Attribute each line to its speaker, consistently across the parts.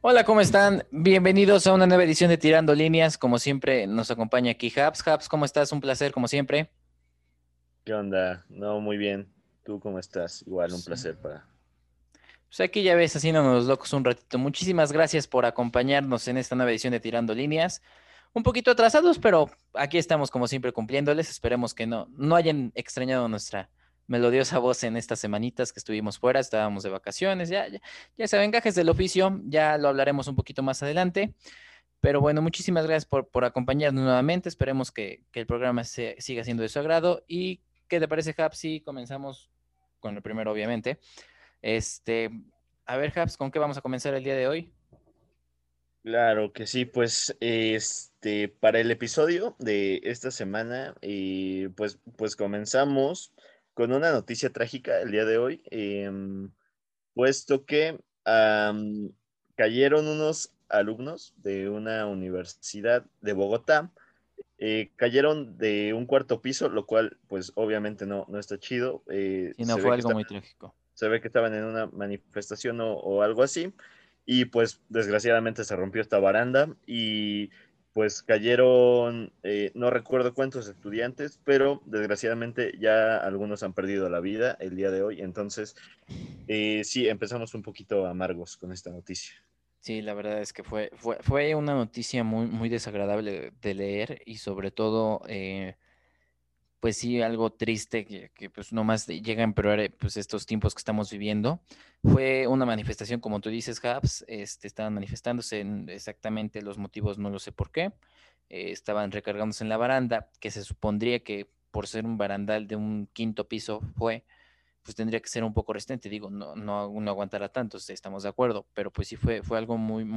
Speaker 1: Hola, ¿cómo están? Bienvenidos a una nueva edición de Tirando Líneas. Como siempre, nos acompaña aquí Habs. Habs, ¿cómo estás? Un placer, como siempre.
Speaker 2: ¿Qué onda? No, muy bien. ¿Tú cómo estás? Igual, un
Speaker 1: Sí.
Speaker 2: placer para...
Speaker 1: Pues aquí ya ves, haciéndonos los locos un ratito. Muchísimas gracias por acompañarnos en esta nueva edición de Tirando Líneas. Un poquito atrasados, pero aquí estamos como siempre cumpliéndoles. Esperemos que no hayan extrañado nuestra melodiosa voz en estas semanitas que estuvimos fuera. Estábamos de vacaciones. Ya saben, gajes del oficio. Ya lo hablaremos un poquito más adelante. Pero bueno, muchísimas gracias por acompañarnos nuevamente. Esperemos que el programa siga siendo de su agrado. ¿Y qué te parece, Habs? Si comenzamos con el primero, obviamente. Este, a ver, Habs, ¿con qué vamos a comenzar el día de hoy?
Speaker 2: Claro que sí, pues para el episodio de esta semana, pues comenzamos con una noticia trágica el día de hoy, puesto que cayeron unos alumnos de una universidad de Bogotá, cayeron de un cuarto piso, lo cual pues obviamente no está chido.
Speaker 1: Si no, fue algo muy trágico.
Speaker 2: Se ve que estaban en una manifestación o algo así, y pues desgraciadamente se rompió esta baranda y pues cayeron, no recuerdo cuántos estudiantes, pero desgraciadamente ya algunos han perdido la vida el día de hoy. Entonces sí, empezamos un poquito amargos con esta noticia.
Speaker 1: Sí, la verdad es que fue una noticia muy desagradable de leer y sobre todo pues sí, algo triste que pues nomás llega a empeorar pues estos tiempos que estamos viviendo. Fue una manifestación, como tú dices, Habs, estaban manifestándose en exactamente los motivos, no lo sé por qué. Estaban recargándose en la baranda, que se supondría que por ser un barandal de un quinto piso pues tendría que ser un poco resistente. Digo, no aguantará tanto, estamos de acuerdo, pero pues sí fue algo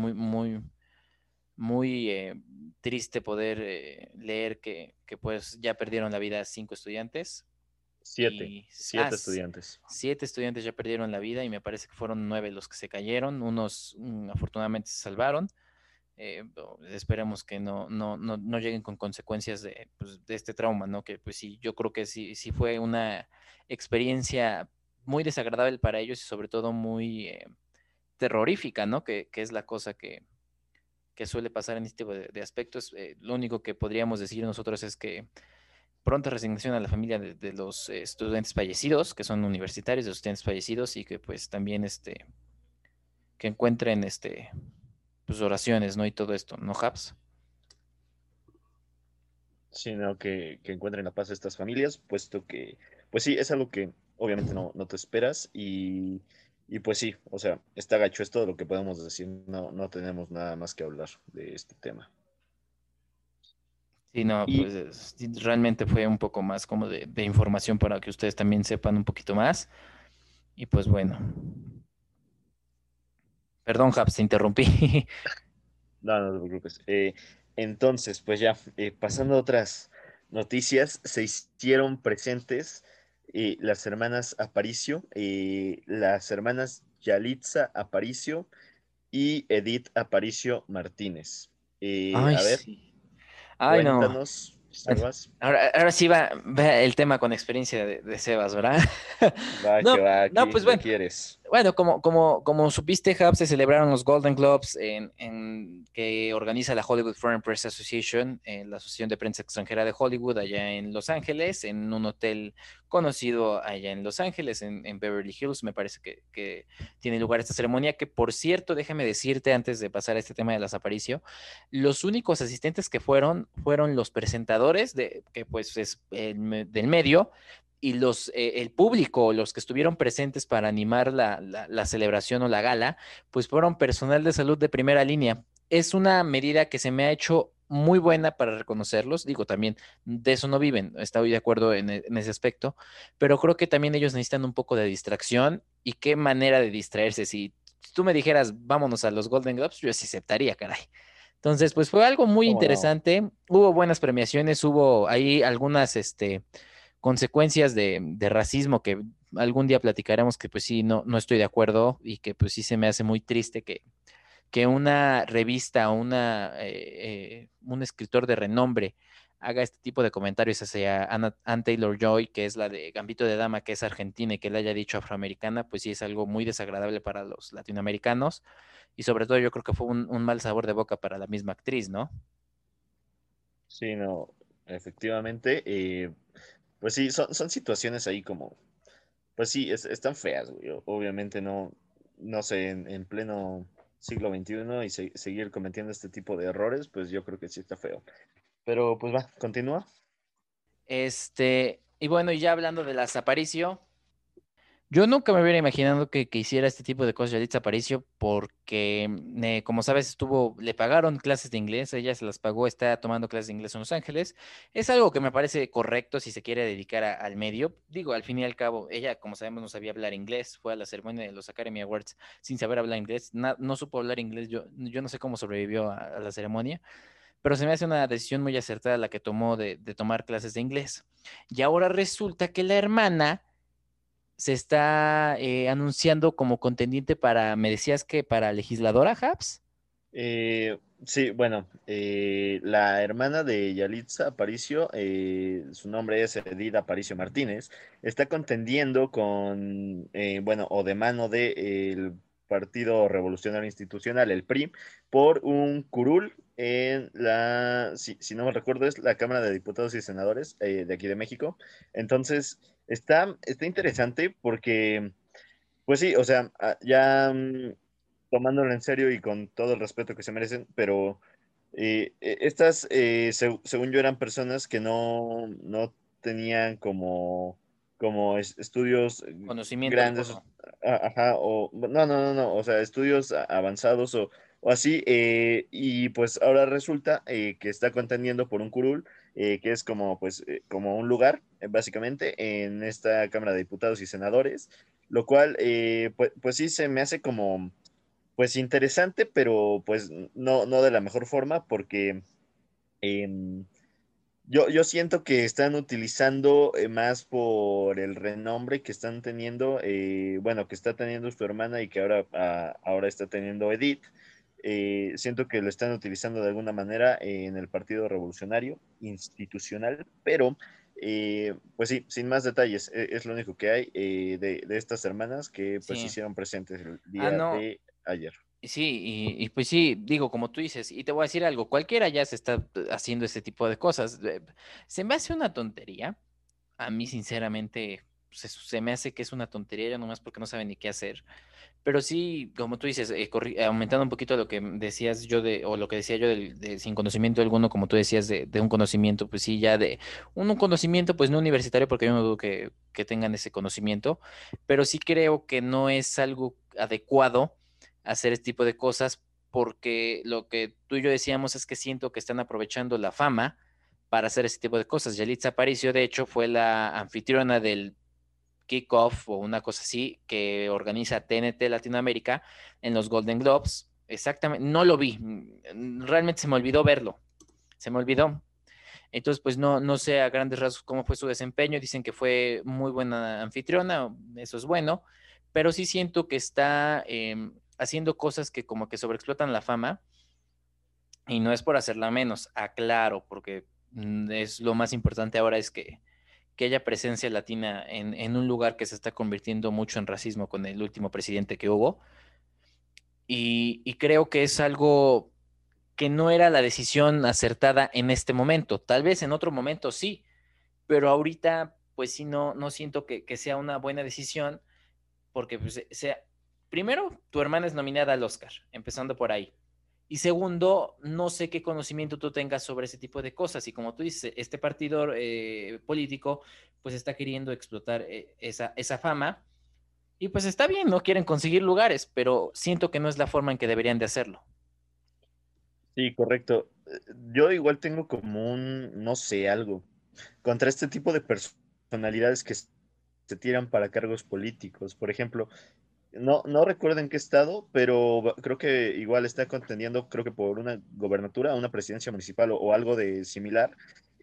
Speaker 1: muy triste poder leer que pues ya perdieron la vida cinco estudiantes
Speaker 2: Siete,
Speaker 1: y
Speaker 2: siete estudiantes.
Speaker 1: siete estudiantes ya perdieron la vida y me parece que fueron nueve los que se cayeron, unos afortunadamente se salvaron. Esperemos que no lleguen con consecuencias pues, de este trauma, ¿no? Que pues sí, yo creo que sí fue una experiencia muy desagradable para ellos y sobre todo muy terrorífica, ¿no? Que es la cosa que suele pasar en este tipo de aspectos. Lo único que podríamos decir nosotros es que pronta resignación a la familia de los estudiantes fallecidos, que son universitarios, de los estudiantes fallecidos, y que pues también que encuentren pues oraciones, ¿no? Y todo esto, ¿no, Habs?
Speaker 2: Sino que encuentren la paz estas familias, puesto que, pues sí, es algo que obviamente no te esperas y pues sí, o sea, está gacho, es todo lo que podemos decir, no tenemos nada más que hablar de este tema.
Speaker 1: Sí, no,
Speaker 2: Y
Speaker 1: pues sí, realmente fue un poco más como de información para que ustedes también sepan un poquito más. Y pues bueno, perdón, Habs, te interrumpí.
Speaker 2: no te preocupes. Entonces, pues ya, pasando a otras noticias, se hicieron presentes las hermanas Aparicio, las hermanas Yalitza Aparicio y Edith Aparicio Martínez.
Speaker 1: Ay,
Speaker 2: A ver,
Speaker 1: sí. Ay, no.
Speaker 2: cuéntanos, Sebas.
Speaker 1: Ahora sí va el tema con experiencia de Sebas, ¿verdad?
Speaker 2: Va que va,
Speaker 1: No,
Speaker 2: aquí
Speaker 1: pues
Speaker 2: lo
Speaker 1: bueno.
Speaker 2: quieres.
Speaker 1: Bueno, como supiste, Hub, se celebraron los Golden Globes que organiza la Hollywood Foreign Press Association, la Asociación de Prensa Extranjera de Hollywood, allá en Los Ángeles, en un hotel conocido allá en Los Ángeles, en Beverly Hills. Me parece que tiene lugar esta ceremonia, que por cierto, déjame decirte antes de pasar a este tema de las aparicio, los únicos asistentes que fueron los presentadores, que pues es del medio, y el público, los que estuvieron presentes para animar la celebración o la gala, pues fueron personal de salud de primera línea. Es una medida que se me ha hecho muy buena para reconocerlos. Digo, también de eso no viven, estoy de acuerdo en ese aspecto, pero creo que también ellos necesitan un poco de distracción y qué manera de distraerse. Si tú me dijeras, vámonos a los Golden Globes, yo sí aceptaría, caray. Entonces, pues fue algo muy
Speaker 2: ¿Cómo no?
Speaker 1: interesante. Hubo buenas premiaciones, hubo ahí algunas, consecuencias de racismo que algún día platicaremos que pues sí, no estoy de acuerdo y que pues sí se me hace muy triste que una revista o un escritor de renombre haga este tipo de comentarios hacia Ann Taylor-Joy, que es la de Gambito de Dama, que es argentina, y que le haya dicho afroamericana, pues sí es algo muy desagradable para los latinoamericanos. Y sobre todo yo creo que fue un mal sabor de boca para la misma actriz, ¿no?
Speaker 2: Sí, no, efectivamente. Pues sí, son situaciones ahí como, pues sí, están feas, güey. Obviamente no, no sé, en pleno siglo XXI y seguir cometiendo este tipo de errores, pues yo creo que sí está feo. Pero pues va, continúa.
Speaker 1: Y bueno, y ya hablando de las Aparicio, yo nunca me hubiera imaginado que hiciera este tipo de cosas Yalitza Aparicio, porque, como sabes, le pagaron clases de inglés, ella se las pagó, está tomando clases de inglés en Los Ángeles. Es algo que me parece correcto si se quiere dedicar al medio. Digo, al fin y al cabo, ella, como sabemos, no sabía hablar inglés, fue a la ceremonia de los Academy Awards sin saber hablar inglés, no supo hablar inglés, yo no sé cómo sobrevivió a la ceremonia, pero se me hace una decisión muy acertada la que tomó de tomar clases de inglés. Y ahora resulta que la hermana se está anunciando como contendiente para, me decías que para legisladora, Habs.
Speaker 2: Sí, bueno, la hermana de Yalitza Aparicio, su nombre es Edith Aparicio Martínez, está contendiendo con, bueno, o de mano del Partido Revolucionario Institucional, el PRI, por un curul en si no me recuerdo, es la Cámara de Diputados y Senadores de aquí de México. Entonces, está interesante porque, pues sí, o sea, ya tomándolo en serio y con todo el respeto que se merecen, pero estas, según yo, eran personas que no tenían como estudios
Speaker 1: Conocimiento
Speaker 2: grandes,
Speaker 1: alguno.
Speaker 2: ajá, o no, o sea, estudios avanzados o así, y pues ahora resulta que está contendiendo por un curul, que es como, pues, como un lugar, básicamente, en esta Cámara de Diputados y Senadores, lo cual, pues sí se me hace como pues interesante, pero pues no de la mejor forma, porque em, yo siento que están utilizando más por el renombre que están teniendo, bueno, que está teniendo su hermana y que ahora está teniendo Edith. Siento que lo están utilizando de alguna manera en el Partido Revolucionario Institucional, pero pues sí, sin más detalles, es lo único que hay de estas hermanas que pues
Speaker 1: Sí.
Speaker 2: hicieron presentes el
Speaker 1: Ah,
Speaker 2: día
Speaker 1: no.
Speaker 2: de ayer.
Speaker 1: Sí, y pues sí, digo, como tú dices, y te voy a decir algo, cualquiera ya se está haciendo este tipo de cosas. Se me hace una tontería. A mí, sinceramente, se me hace que es una tontería, ya nomás porque no saben ni qué hacer. Pero sí, como tú dices, aumentando un poquito lo que decías yo o lo que decía yo de sin conocimiento alguno, como tú decías, de un conocimiento, pues sí, ya de un conocimiento, pues no universitario, porque yo no dudo que tengan ese conocimiento, pero sí creo que no es algo adecuado hacer este tipo de cosas, porque lo que tú y yo decíamos es que siento que están aprovechando la fama para hacer ese tipo de cosas. Yalitza Aparicio, de hecho, fue la anfitriona del kickoff o una cosa así que organiza TNT Latinoamérica en los Golden Globes. Exactamente, no lo vi, realmente se me olvidó verlo, se me olvidó. Entonces, pues no sé a grandes rasgos cómo fue su desempeño. Dicen que fue muy buena anfitriona, eso es bueno, pero sí siento que está haciendo cosas que como que sobreexplotan la fama y no es por hacerla menos, aclaro, porque es lo más importante ahora es que haya presencia latina en un lugar que se está convirtiendo mucho en racismo con el último presidente que hubo. Y creo que es algo que no era la decisión acertada en este momento. Tal vez en otro momento sí, pero ahorita pues sí no siento que sea una buena decisión porque pues, primero, tu hermana es nominada al Oscar, empezando por ahí. Y segundo, no sé qué conocimiento tú tengas sobre ese tipo de cosas. Y como tú dices, este partido político pues está queriendo explotar esa fama. Y pues está bien, no quieren conseguir lugares, pero siento que no es la forma en que deberían de hacerlo.
Speaker 2: Sí, correcto. Yo igual tengo como no sé, algo contra este tipo de personalidades que se tiran para cargos políticos. Por ejemplo, no recuerdo en qué estado, pero creo que igual está contendiendo, creo que por una gobernatura, una presidencia municipal o algo de similar.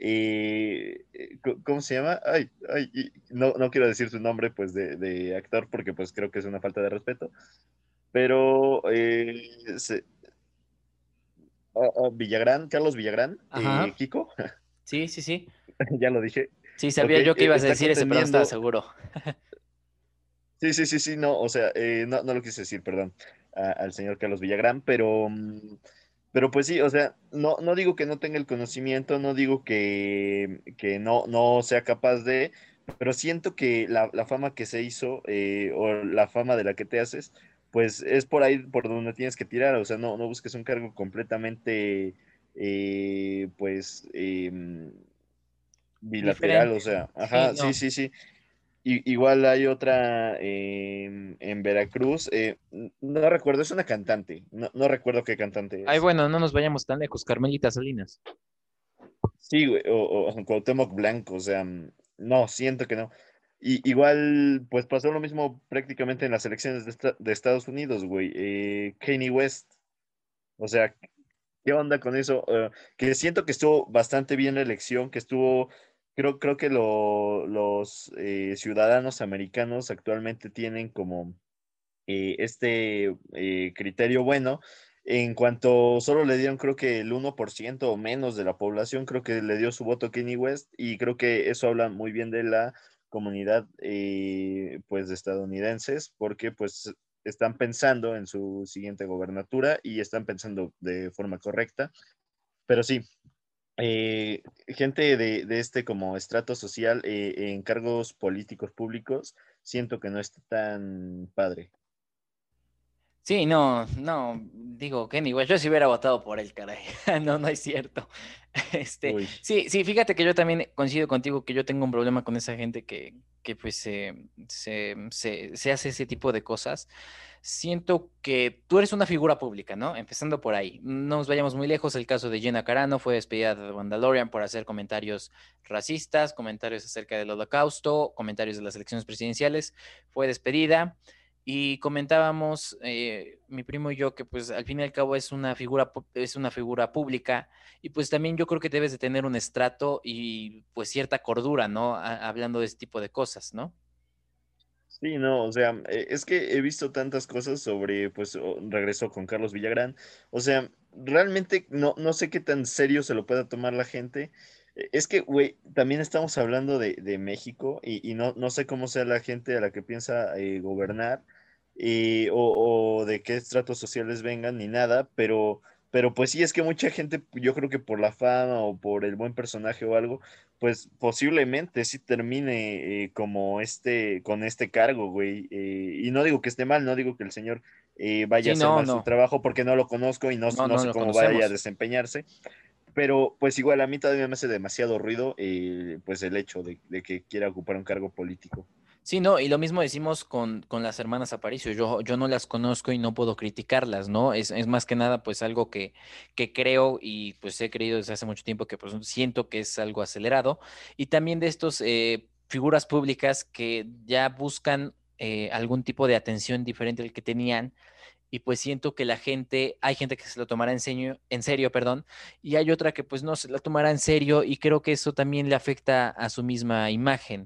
Speaker 2: ¿Cómo se llama? No quiero decir su nombre pues de actor porque pues creo que es una falta de respeto, pero Villagrán, Carlos Villagrán,
Speaker 1: Ajá.
Speaker 2: Kiko.
Speaker 1: Sí, sí, sí.
Speaker 2: Ya lo dije.
Speaker 1: Sí,
Speaker 2: Ok,
Speaker 1: sabía yo que ibas a
Speaker 2: está
Speaker 1: decir ese, pero no estaba
Speaker 2: contendiendo.
Speaker 1: seguro.
Speaker 2: Sí, sí, sí, sí, no, o sea, no, no lo quise decir, perdón, al señor Carlos Villagrán, pero pues sí, o sea, no, no digo que no tenga el conocimiento, no digo que no, no sea capaz de, pero siento que la fama que se hizo, o la fama de la que te haces, pues es por ahí por donde tienes que tirar, o sea, no, no busques un cargo completamente, pues, bilateral, o
Speaker 1: Diferente.
Speaker 2: sea,
Speaker 1: Sí,
Speaker 2: ajá, sí,
Speaker 1: no.
Speaker 2: sí, sí. Igual hay otra en Veracruz, no recuerdo, es una cantante, no, no recuerdo qué cantante
Speaker 1: Ay,
Speaker 2: es.
Speaker 1: bueno, no nos vayamos tan lejos. Carmelita Salinas.
Speaker 2: Sí, güey, o Cuauhtémoc Blanco, o sea, no, siento que no. Igual, pues pasó lo mismo prácticamente en las elecciones de Estados Unidos, güey. Kanye West, o sea, ¿qué onda con eso? Que siento que estuvo bastante bien la elección, que estuvo, creo que los ciudadanos americanos actualmente tienen como este criterio bueno. En cuanto solo le dieron, creo que el 1% o menos de la población, creo que le dio su voto a Kanye West, y creo que eso habla muy bien de la comunidad, pues, de estadounidenses, porque pues están pensando en su siguiente gobernatura y están pensando de forma correcta. Pero sí, gente de este como estrato social, en cargos políticos públicos, siento que no está tan padre.
Speaker 1: Sí, no, no, digo, Kenny West, yo sí hubiera votado por él, caray. No, no es cierto.
Speaker 2: Uy.
Speaker 1: Sí, sí, fíjate que yo también coincido contigo que yo tengo un problema con esa gente que pues se hace ese tipo de cosas. Siento que tú eres una figura pública, ¿no? Empezando por ahí. No nos vayamos muy lejos. El caso de Gina Carano fue despedida de Mandalorian por hacer comentarios racistas, comentarios acerca del holocausto, comentarios de las elecciones presidenciales. Fue despedida. Y comentábamos, mi primo y yo, que pues al fin y al cabo es una figura pública y pues también yo creo que debes de tener un estrato y pues cierta cordura, ¿no? Hablando de este tipo de cosas, ¿no?
Speaker 2: Sí, no, o sea, es que he visto tantas cosas sobre, pues, regreso con Carlos Villagrán. O sea, realmente no, no sé qué tan serio se lo pueda tomar la gente. Es que, güey, también estamos hablando de México, y no, no sé cómo sea la gente a la que piensa gobernar, o de qué estratos sociales vengan, ni nada, pero pues sí, es que mucha gente, yo creo que por la fama o por el buen personaje o algo, pues posiblemente sí termine, como con este cargo, güey. Y no digo que esté mal, no digo que el señor vaya a
Speaker 1: Sí,
Speaker 2: hacer
Speaker 1: no,
Speaker 2: mal su
Speaker 1: no,
Speaker 2: trabajo, porque no lo conozco y no,
Speaker 1: no,
Speaker 2: no
Speaker 1: no
Speaker 2: sé
Speaker 1: lo
Speaker 2: cómo vaya a
Speaker 1: conocemos.
Speaker 2: desempeñarse, pero pues igual a mí todavía me hace demasiado ruido, pues el hecho de que quiera ocupar un cargo político.
Speaker 1: Sí, no, y lo mismo decimos con las hermanas Aparicio. Yo no las conozco y no puedo criticarlas, ¿no? Es más que nada pues algo que creo y pues he creído desde hace mucho tiempo que pues siento que es algo acelerado. Y también de estos figuras públicas que ya buscan algún tipo de atención diferente al que tenían. Y pues siento que hay gente que se lo tomará en serio, perdón, y hay otra que pues no se la tomará en serio y creo que eso también le afecta a su misma imagen.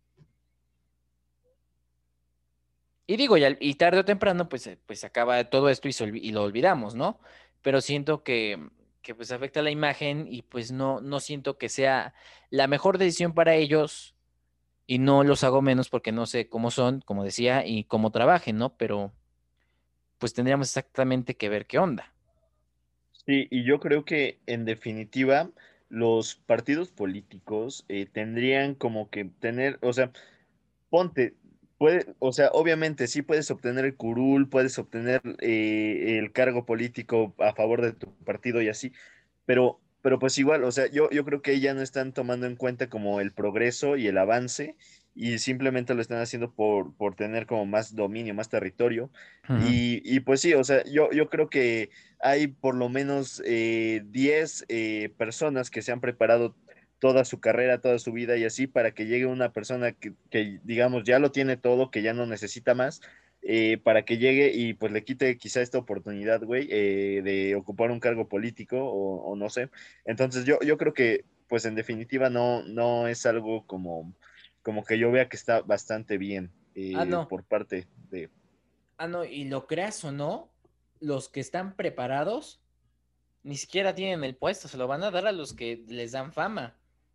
Speaker 1: Y digo, y tarde o temprano, pues, pues acaba todo esto y lo olvidamos, ¿no? Pero siento que pues afecta la imagen y pues no siento que sea la mejor decisión para ellos y no los hago menos porque no sé cómo son, como decía, y cómo trabajen, ¿no? Pero pues tendríamos exactamente que ver qué onda.
Speaker 2: Sí, y yo creo que en definitiva los partidos políticos tendrían como que tener, o sea, ponte, o sea, obviamente sí puedes obtener el curul, puedes obtener el cargo político a favor de tu partido y así, pero pues igual, o sea, yo creo que ya no están tomando en cuenta como el progreso y el avance, y simplemente lo están haciendo por tener como más dominio, más territorio.
Speaker 1: Ujú.
Speaker 2: Y pues sí, o sea, yo creo que hay por lo menos 10 personas que se han preparado toda su carrera, toda su vida y así, para que llegue una persona digamos, ya lo tiene todo, que ya no necesita más, para que llegue y pues le quite quizá esta oportunidad, güey, de ocupar un cargo político, o no sé. Entonces yo creo que, pues en definitiva, no, no es algo como que yo vea que está bastante bien,
Speaker 1: Ah, no.
Speaker 2: por parte de...
Speaker 1: Ah, no, y lo creas o no, los que están preparados ni siquiera tienen el puesto, se lo van a dar a los que les dan fama.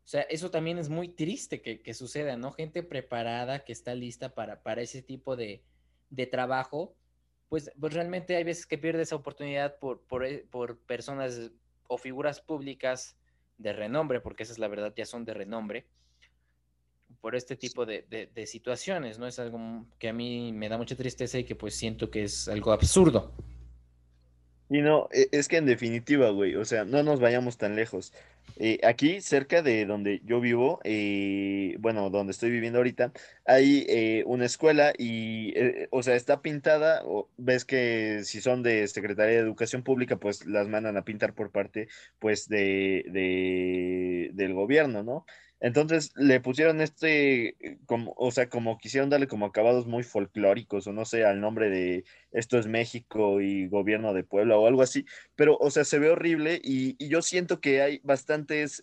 Speaker 1: O sea, eso también es muy triste que suceda, ¿no? Gente preparada que está lista para ese tipo de trabajo, pues realmente hay veces que pierde esa oportunidad por personas o figuras públicas de renombre, porque esa es la verdad, ya son de renombre, por este tipo de situaciones, ¿no? Es algo que a mí me da mucha tristeza y que pues siento que es algo absurdo.
Speaker 2: Y no, es que en definitiva, güey, o sea, no nos vayamos tan lejos. Aquí, cerca de donde yo vivo, bueno, donde estoy viviendo ahorita, hay una escuela y, o sea, está pintada, o ves que si son de Secretaría de Educación Pública, pues las mandan a pintar por parte, pues, del gobierno, ¿no? Entonces le pusieron como, o sea, como quisieron darle como acabados muy folclóricos, o no sé, al nombre de Esto es México y Gobierno de Puebla o algo así, pero, o sea, se ve horrible y yo siento que hay bastantes,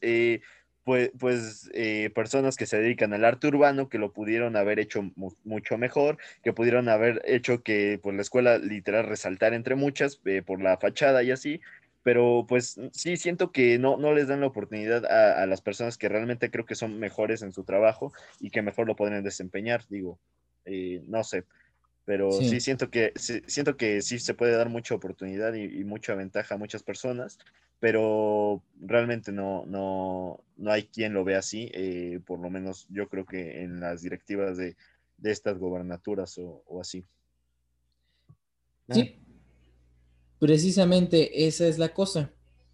Speaker 2: personas que se dedican al arte urbano que lo pudieron haber hecho mucho mejor, que pudieron haber hecho que, pues, la escuela literal resaltara entre muchas, por la fachada y así. Pero pues sí, siento que no les dan la oportunidad a las personas que realmente creo que son mejores en su trabajo y que mejor lo pueden desempeñar, digo, no sé, pero
Speaker 1: Sí,
Speaker 2: siento que sí se puede dar mucha oportunidad y mucha ventaja a muchas personas, pero realmente no hay quien lo vea así, por lo menos yo creo que en las directivas de estas gobernaturas o así. Ah,
Speaker 1: sí, precisamente esa es la cosa.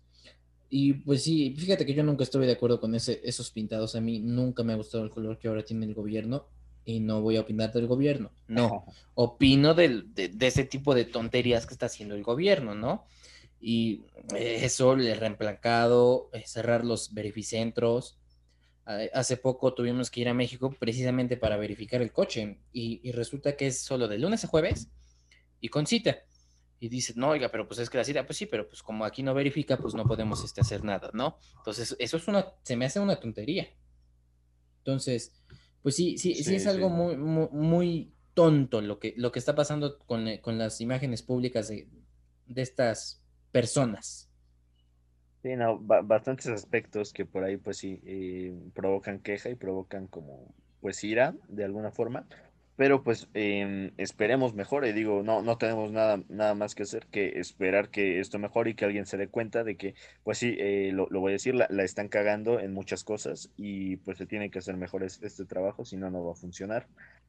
Speaker 1: Y pues sí, fíjate que yo nunca estuve de acuerdo con esos pintados. A mí nunca me ha gustado el color que ahora tiene el gobierno y no voy a opinar del gobierno. No, opino de ese tipo de tonterías que está haciendo el gobierno, ¿no? Y eso, el reemplacado, cerrar los verificentros. Hace poco tuvimos que ir a México precisamente para verificar el coche y resulta que es solo de lunes a jueves y con cita. Y dice, no, oiga, pero pues es que la cita, pues sí, pero pues como aquí no verifica, pues no podemos hacer nada, ¿no? Entonces, eso se me hace una tontería. Entonces, pues sí, sí, sí es
Speaker 2: sí,
Speaker 1: algo
Speaker 2: sí.
Speaker 1: muy, muy, muy tonto lo que está pasando con las imágenes públicas de estas personas.
Speaker 2: Sí, no, bastantes aspectos que por ahí pues sí, provocan queja y provocan como pues ira de alguna forma, pero pues esperemos mejore, digo, no tenemos nada más que hacer que esperar que esto mejore y que alguien se dé cuenta de que pues sí, lo voy a decir, la están cagando en muchas cosas y pues se tiene que hacer mejor este trabajo, si no, no va a funcionar.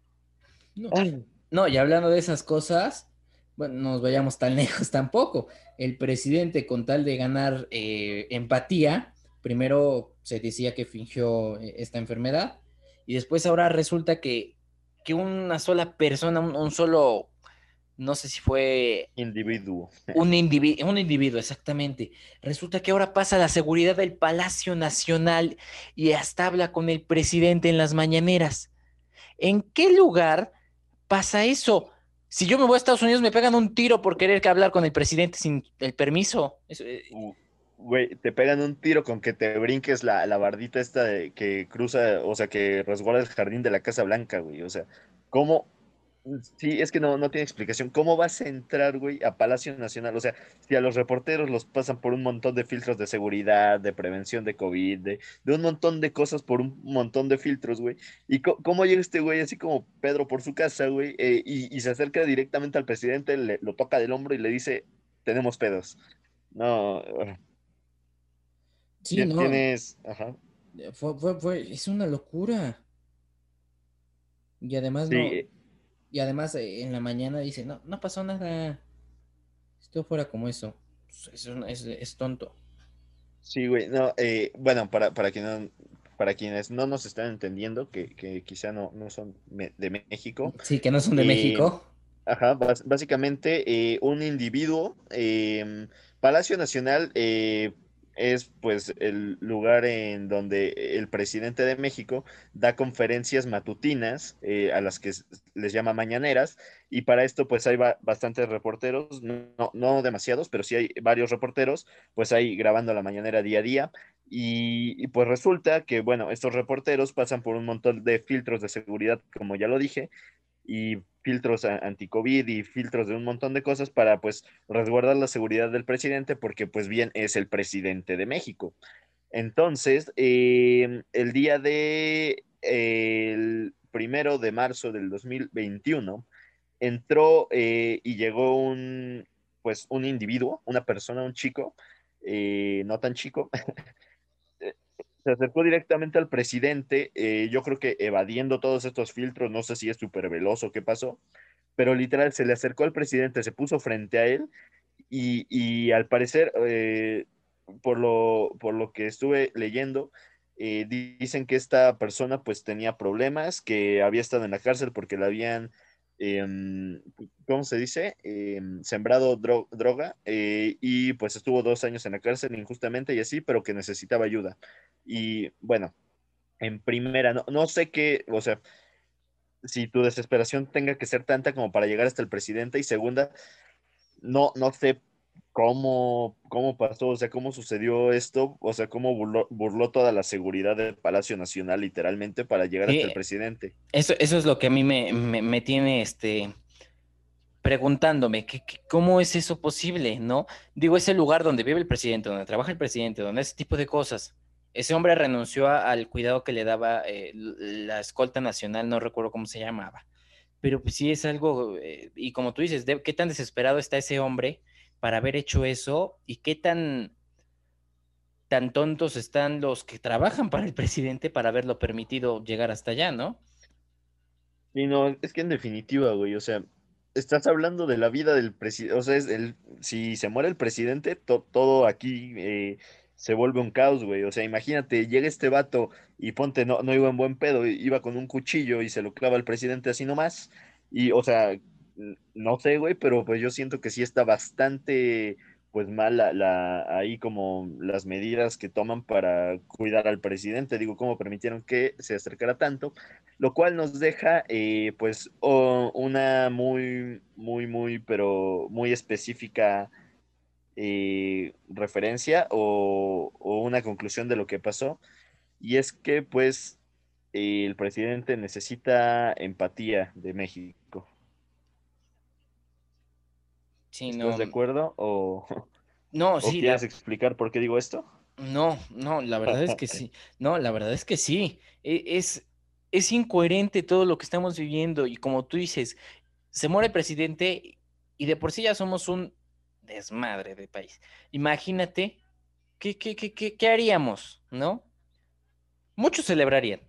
Speaker 1: No,
Speaker 2: Ay.
Speaker 1: no, y hablando de esas cosas, bueno, no nos vayamos tan lejos tampoco. El presidente, con tal de ganar empatía, primero se decía que fingió esta enfermedad y después ahora resulta que una sola persona, un solo, no sé si fue
Speaker 2: Individuo.
Speaker 1: un individuo, exactamente. Resulta que ahora pasa la seguridad del Palacio Nacional y hasta habla con el presidente en las mañaneras. ¿En qué lugar pasa eso? Si yo me voy a Estados Unidos, me pegan un tiro por querer que hablar con el presidente sin el permiso.
Speaker 2: Uh, Güey, te pegan un tiro con que te brinques la bardita esta que cruza, o sea, que resguarda el jardín de la Casa Blanca, güey. O sea, ¿cómo? Sí, es que no tiene explicación. ¿Cómo vas a entrar, güey, a Palacio Nacional? O sea, si a los reporteros los pasan por un montón de filtros de seguridad, de prevención de COVID, de un montón de cosas por un montón de filtros, güey. ¿Y cómo llega este güey así como Pedro por su casa, güey? Y se acerca directamente al presidente, lo toca del hombro y le dice, tenemos pedos. No,
Speaker 1: Sí, no,
Speaker 2: tienes, ajá,
Speaker 1: es una locura. Y además
Speaker 2: sí,
Speaker 1: no, y además en la mañana dice, no, no pasó nada. Esto fuera como eso. Pues, es tonto.
Speaker 2: sí, güey, no, bueno, para quienes no nos están entendiendo, que quizá no son de México,
Speaker 1: Sí, que no son de
Speaker 2: eh,
Speaker 1: México.
Speaker 2: ajá, básicamente un individuo, Palacio Nacional es pues el lugar en donde el presidente de México da conferencias matutinas, a las que les llama mañaneras, y para esto pues hay bastantes reporteros, no demasiados, pero sí hay varios reporteros, pues ahí grabando la mañanera día a día. Y pues resulta que, bueno, estos reporteros pasan por un montón de filtros de seguridad, como ya lo dije, y filtros anti-COVID y filtros de un montón de cosas para pues resguardar la seguridad del presidente porque pues bien es el presidente de México. Entonces, el día de el 1 de marzo del 2021 entró y llegó pues, un individuo, una persona, un chico, no tan chico, se acercó directamente al presidente, yo creo que evadiendo todos estos filtros, no sé si es súper veloz o qué pasó, pero literal se le acercó al presidente, se puso frente a él y al parecer, por lo que estuve leyendo, dicen que esta persona pues tenía problemas, que había estado en la cárcel porque le habían, ¿cómo se dice? Sembrado droga y pues estuvo 2 años en la cárcel injustamente y así, pero que necesitaba ayuda. Y bueno, en primera, no sé qué, o sea, si tu desesperación tenga que ser tanta como para llegar hasta el presidente y segunda, no sé cómo pasó, o sea, cómo sucedió esto, o sea, cómo burló toda la seguridad del Palacio Nacional literalmente para llegar hasta el
Speaker 1: Sí,
Speaker 2: presidente.
Speaker 1: eso es lo que a mí me tiene preguntándome, ¿cómo es eso posible, no? Digo, ese lugar donde vive el presidente, donde trabaja el presidente, donde ese tipo de cosas. Ese hombre renunció al cuidado que le daba la escolta nacional, no recuerdo cómo se llamaba. Pero pues sí es algo, y como tú dices, ¿qué tan desesperado está ese hombre para haber hecho eso? ¿Y qué tan tontos están los que trabajan para el presidente para haberlo permitido llegar hasta allá, ¿no?
Speaker 2: Y no, es que en definitiva, güey, o sea, estás hablando de la vida del presidente, o sea, si se muere el presidente, todo aquí se vuelve un caos, güey, o sea, imagínate, llega este vato y ponte, no iba en buen pedo, iba con un cuchillo y se lo clava al presidente así nomás, y, o sea, no sé, güey, pero pues yo siento que sí está bastante, pues mal ahí como las medidas que toman para cuidar al presidente, digo, cómo permitieron que se acercara tanto lo cual nos deja pues una pero muy específica referencia o una conclusión de lo que pasó, y es que pues el presidente necesita empatía de México.
Speaker 1: Sí,
Speaker 2: ¿Estás
Speaker 1: no,
Speaker 2: de acuerdo
Speaker 1: no,
Speaker 2: o
Speaker 1: sí,
Speaker 2: quieres explicar por qué digo esto?
Speaker 1: no, la verdad es que sí, no, la verdad es que sí, es incoherente todo lo que estamos viviendo y como tú dices, se muere el presidente y de por sí ya somos un desmadre de país. Imagínate, ¿qué haríamos, no? Muchos celebrarían,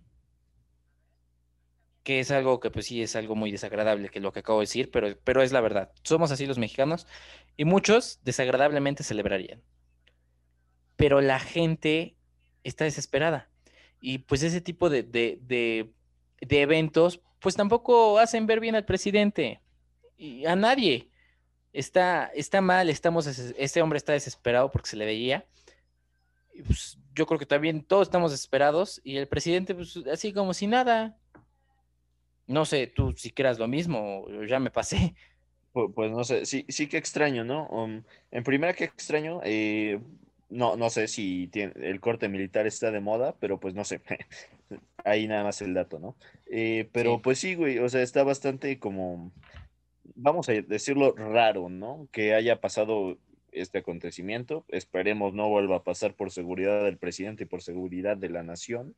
Speaker 1: que es algo que pues sí es algo muy desagradable que lo que acabo de decir, pero es la verdad. Somos así los mexicanos y muchos desagradablemente celebrarían. Pero la gente está desesperada. Y pues ese tipo de eventos, pues tampoco hacen ver bien al presidente y a nadie. Está mal, este hombre está desesperado porque se le veía. Y pues yo creo que también todos estamos desesperados y el presidente, pues así como si nada. No sé, tú si creas lo mismo, o ya me pasé.
Speaker 2: Pues, no sé, sí que extraño, ¿no? En primera que extraño, no sé si el corte militar está de moda, pero pues no sé, ahí nada más el dato, ¿no?
Speaker 1: Sí,
Speaker 2: Pero pues sí, güey, o sea, está bastante como, vamos a decirlo, raro, ¿no? Que haya pasado este acontecimiento. Esperemos no vuelva a pasar por seguridad del presidente y por seguridad de la nación.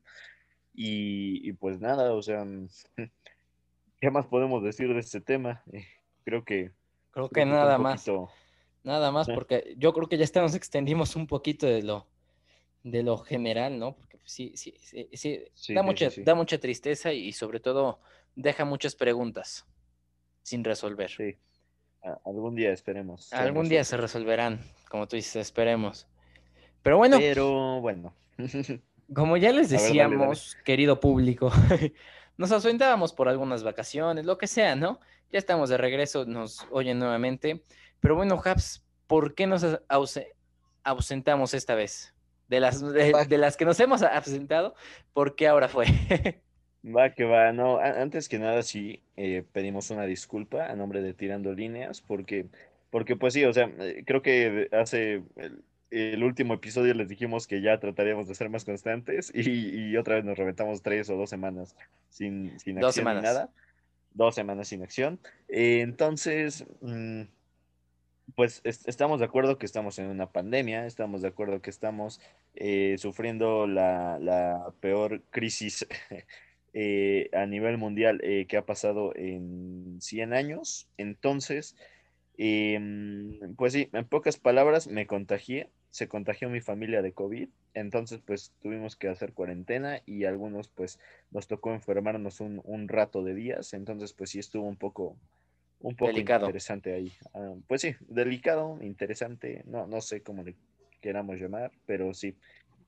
Speaker 2: Y pues nada, o sea, ¿qué más podemos decir de este tema? Creo que,
Speaker 1: creo que
Speaker 2: creo que está un
Speaker 1: nada más.
Speaker 2: poquito...
Speaker 1: Nada más porque yo creo que ya nos extendimos un poquito de lo general, ¿no? Porque pues, sí, sí, sí, sí,
Speaker 2: Sí, sí, sí,
Speaker 1: da mucha tristeza y sobre todo deja muchas preguntas sin resolver.
Speaker 2: sí. Algún día esperemos sean
Speaker 1: Algún día se
Speaker 2: resueltas.
Speaker 1: resolverán, como tú dices, esperemos. Pero bueno,
Speaker 2: Pero bueno,
Speaker 1: como ya les
Speaker 2: a ver, dale, dale.
Speaker 1: decíamos, querido público, nos ausentábamos por algunas vacaciones, lo que sea, ¿no? Ya estamos de regreso, nos oyen nuevamente. Pero bueno, Habs, ¿por qué nos ausentamos esta vez?
Speaker 2: Va,
Speaker 1: De las que nos hemos ausentado, ¿por qué ahora fue?
Speaker 2: va que va. No, antes que nada, sí, pedimos una disculpa a nombre de Tirando Líneas, porque pues sí, o sea, creo que hace el último episodio les dijimos que ya trataríamos de ser más constantes y otra vez nos reventamos 3 o 2 semanas sin
Speaker 1: Dos
Speaker 2: acción ni
Speaker 1: semanas.
Speaker 2: nada. 2 semanas sin acción. Entonces, pues estamos de acuerdo que estamos en una pandemia, estamos de acuerdo que estamos sufriendo la peor crisis a nivel mundial que ha pasado en 100 años. Entonces, pues sí, en pocas palabras, me contagié, se contagió mi familia de COVID, entonces pues tuvimos que hacer cuarentena y algunos pues nos tocó enfermarnos un rato de días, entonces pues sí estuvo un poco
Speaker 1: Delicado.
Speaker 2: interesante ahí. Ah, pues sí, delicado, interesante, no sé cómo le queramos llamar, pero sí.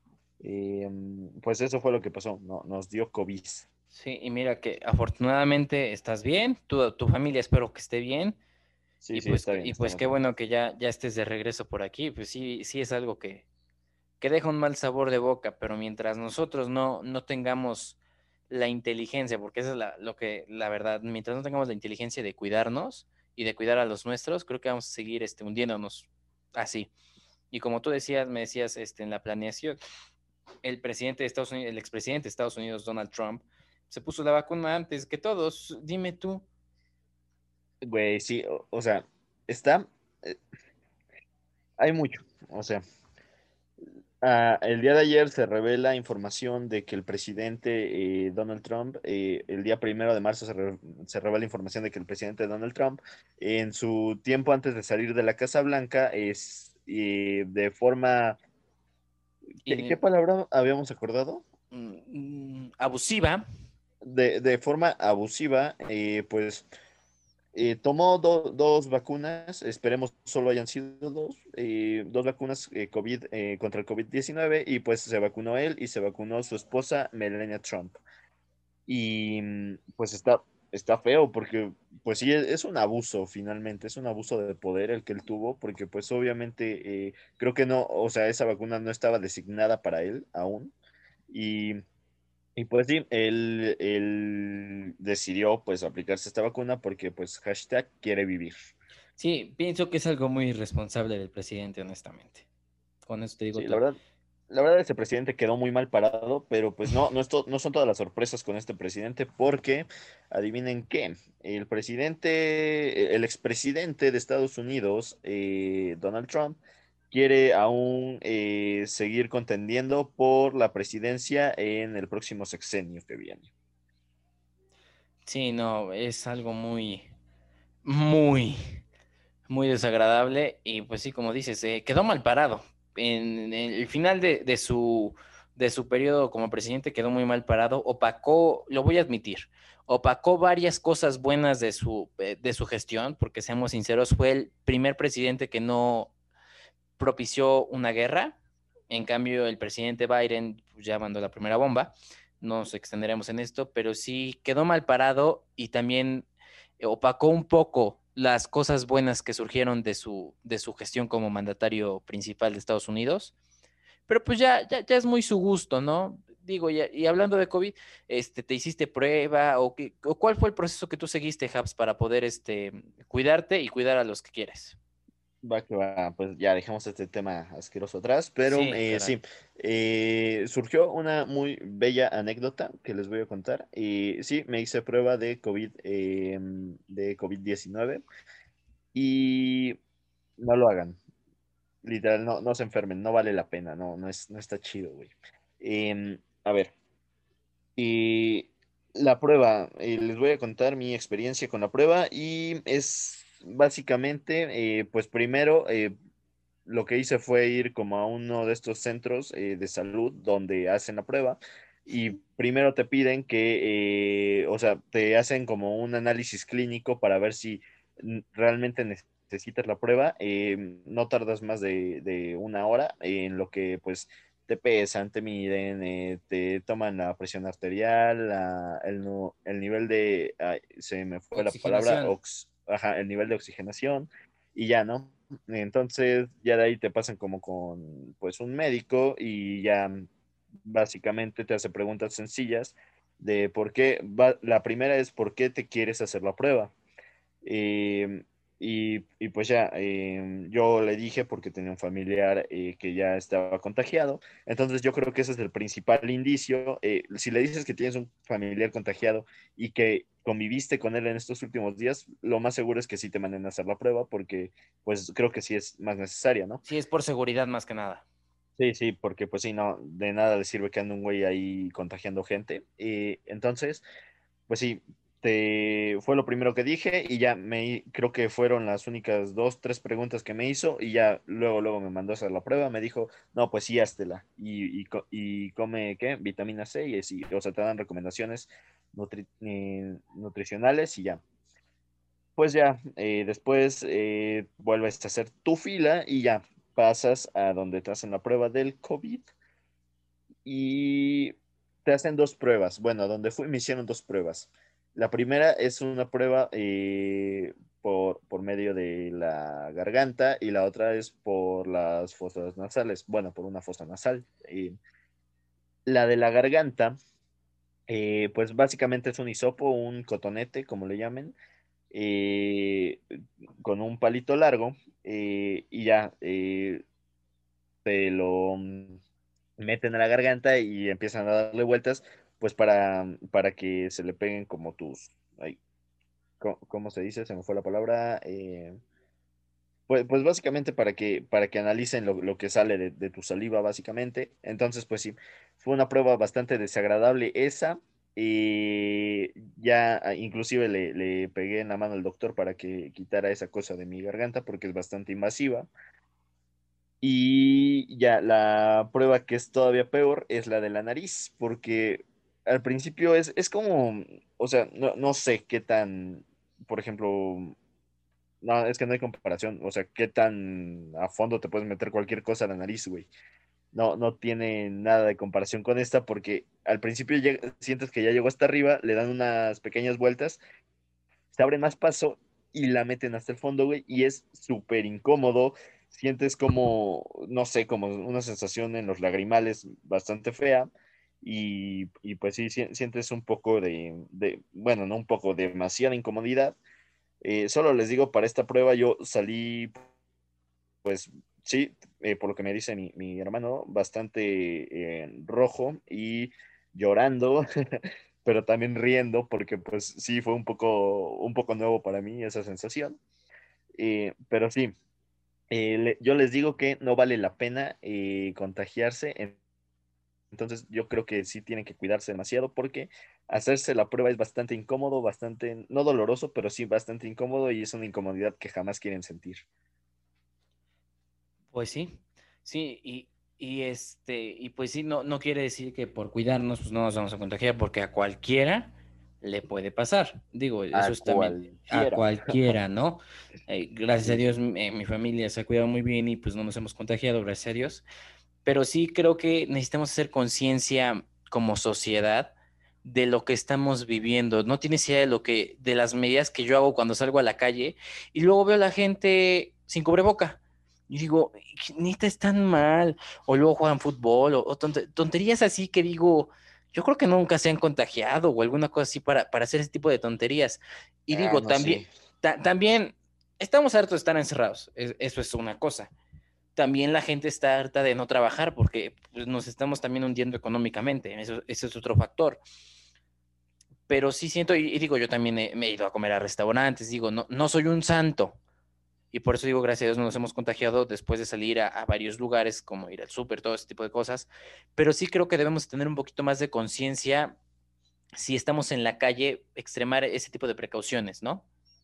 Speaker 2: Pues eso fue lo que pasó, no, nos dio COVID.
Speaker 1: Sí, y mira que afortunadamente estás bien, tu familia espero que esté bien.
Speaker 2: Sí, sí, está bien,
Speaker 1: Y pues
Speaker 2: estamos
Speaker 1: qué
Speaker 2: bien.
Speaker 1: bueno que ya estés de regreso por aquí. Pues sí, sí es algo que deja un mal sabor de boca, pero mientras nosotros no tengamos la inteligencia, porque esa es la verdad, mientras no tengamos la inteligencia de cuidarnos y de cuidar a los nuestros, creo que vamos a seguir hundiéndonos así. Y como tú decías, me decías en la planeación, el presidente de Estados Unidos, el expresidente de Estados Unidos, Donald Trump, se puso la vacuna antes que todos. Dime tú.
Speaker 2: Güey, sí, o sea, está, eh, hay mucho, o sea. El día de ayer se revela información de que el presidente Donald Trump, el día 1 de marzo se revela información de que el presidente Donald Trump, en su tiempo antes de salir de la Casa Blanca, de forma, ¿qué
Speaker 1: Y,
Speaker 2: palabra habíamos acordado?
Speaker 1: abusiva.
Speaker 2: De forma abusiva, pues tomó dos vacunas, esperemos solo hayan sido dos vacunas COVID, contra el COVID-19 y pues se vacunó él y se vacunó su esposa Melania Trump. Y pues está feo porque pues sí, es un abuso finalmente, es un abuso de poder el que él tuvo porque pues obviamente creo que no, o sea, esa vacuna no estaba designada para él aún. Y y pues sí, él decidió pues aplicarse esta vacuna porque pues hashtag quiere vivir.
Speaker 1: Sí, pienso que es algo muy irresponsable del presidente, honestamente. Con eso te digo
Speaker 2: Sí,
Speaker 1: todo.
Speaker 2: la verdad ese presidente quedó muy mal parado, pero pues no son todas las sorpresas con este presidente porque adivinen qué, el expresidente de Estados Unidos, Donald Trump, quiere aún seguir contendiendo por la presidencia en el próximo sexenio que viene.
Speaker 1: Sí, no, es algo muy, muy desagradable y pues sí, como dices, quedó mal parado. En el final de su periodo como presidente quedó muy mal parado, opacó, lo voy a admitir, opacó varias cosas buenas de su gestión, porque seamos sinceros, fue el primer presidente que no propició una guerra. En cambio, el presidente Biden pues, ya mandó la primera bomba. No nos extenderemos en esto, pero sí quedó mal parado y también opacó un poco las cosas buenas que surgieron de su gestión como mandatario principal de Estados Unidos. Pero pues ya es muy su gusto, ¿no? Digo, y hablando de COVID, ¿te hiciste prueba o cuál fue el proceso que tú seguiste, Habs, para poder cuidarte y cuidar a los que quieres?
Speaker 2: Va que va, pues ya dejamos este tema asqueroso atrás, pero
Speaker 1: Sí, caray.
Speaker 2: sí, surgió una muy bella anécdota que les voy a contar. Y sí, me hice prueba de COVID, de COVID-19 y no lo hagan, literal, no se enfermen, no vale la pena, no está chido, güey. A ver, y la prueba, les voy a contar mi experiencia con la prueba y es básicamente, pues primero lo que hice fue ir como a uno de estos centros de salud donde hacen la prueba y primero te piden o sea, te hacen como un análisis clínico para ver si realmente necesitas la prueba. No tardas más de 1 hora en lo que pues te pesan, te miden, te toman la presión arterial, el nivel se me fue la palabra,
Speaker 1: Oxigenación.
Speaker 2: ajá, el nivel de oxigenación y ya, ¿no? Entonces, ya de ahí te pasan como con, pues, un médico y ya básicamente te hace preguntas sencillas de por qué, la primera es por qué te quieres hacer la prueba. Y pues ya, yo le dije porque tenía un familiar que ya estaba contagiado. Entonces yo creo que ese es el principal indicio. Si le dices que tienes un familiar contagiado y que conviviste con él en estos últimos días, lo más seguro es que sí te manden a hacer la prueba porque pues creo que sí es más necesaria, ¿no?
Speaker 1: Sí, es por seguridad más que nada.
Speaker 2: Sí, sí, porque pues sí, no, de nada le sirve que ande un güey ahí contagiando gente. Entonces, pues sí, fue lo primero que dije y ya creo que fueron las únicas dos, tres preguntas que me hizo y ya luego me mandó a hacer la prueba, me dijo, no, pues sí, háztela y come, ¿qué? Vitamina C y sí, o sea, te dan recomendaciones nutricionales y ya. Pues ya, después vuelves a hacer tu fila y ya pasas a donde te hacen la prueba del COVID y te hacen dos pruebas. Bueno, donde fui me hicieron dos pruebas. La primera es una prueba por medio de la garganta y la otra es por las fosas nasales. Bueno, por una fosa nasal. La de la garganta, pues básicamente es un hisopo, un cotonete, como le llamen, eh, con un palito largo y ya te lo meten a la garganta y empiezan a darle vueltas, pues para que se le peguen como tus, ay, ¿cómo se dice? Se me fue la palabra. Pues básicamente para que analicen lo que sale de tu saliva, básicamente. Entonces, pues sí, fue una prueba bastante desagradable esa. Y ya inclusive le pegué en la mano al doctor para que quitara esa cosa de mi garganta porque es bastante invasiva. Y ya, la prueba que es todavía peor es la de la nariz, porque al principio es como, o sea, no sé qué tan, por ejemplo, no, es que no hay comparación, o sea, qué tan a fondo te puedes meter cualquier cosa a la nariz, güey. No tiene nada de comparación con esta, porque al principio sientes que ya llegó hasta arriba, le dan unas pequeñas vueltas, se abre más paso y la meten hasta el fondo, güey, y es súper incómodo. Sientes como, no sé, como una sensación en los lagrimales bastante fea. Y pues sí, sientes un poco bueno, no un poco, demasiada incomodidad. Solo les digo, para esta prueba yo salí, pues sí, por lo que me dice mi hermano, bastante rojo y llorando, pero también riendo, porque pues sí fue un poco nuevo para mí esa sensación. Pero sí, yo les digo que no vale la pena contagiarse, entonces yo creo que sí tienen que cuidarse demasiado porque hacerse la prueba es bastante incómodo, bastante, no doloroso, pero sí bastante incómodo y es una incomodidad que jamás quieren sentir.
Speaker 1: Pues sí, sí, y pues sí, no quiere decir que por cuidarnos, pues no nos vamos a contagiar, porque a cualquiera le puede pasar. Digo, eso
Speaker 2: A
Speaker 1: es también a
Speaker 2: cualquiera.
Speaker 1: cualquiera, ¿no? Gracias a
Speaker 2: Sí,
Speaker 1: Dios,
Speaker 2: sí.
Speaker 1: mi familia se ha cuidado muy bien y pues no nos hemos contagiado, gracias a Dios. Pero sí creo que necesitamos hacer conciencia como sociedad de lo que estamos viviendo. No tienes idea de las medidas que yo hago cuando salgo a la calle y luego veo a la gente sin cubreboca. Y digo, neta, están mal. O luego juegan fútbol o tonterías así que digo, yo creo que nunca se han contagiado o alguna cosa así para hacer ese tipo de tonterías. Y
Speaker 2: Ah,
Speaker 1: digo,
Speaker 2: no,
Speaker 1: también,
Speaker 2: sí.
Speaker 1: también estamos hartos de estar encerrados. Eso es una cosa. También la gente está harta de no trabajar porque pues, nos estamos también hundiendo económicamente. Eso, ese es otro factor. Pero sí siento, y digo, yo también me he ido a comer a restaurantes, digo, no soy un santo. Y por eso digo, gracias a Dios no nos hemos contagiado después de salir a varios lugares, como ir al súper, todo ese tipo de cosas. Pero sí creo que debemos tener un poquito más de conciencia si estamos en la calle, extremar ese tipo de precauciones, ¿no?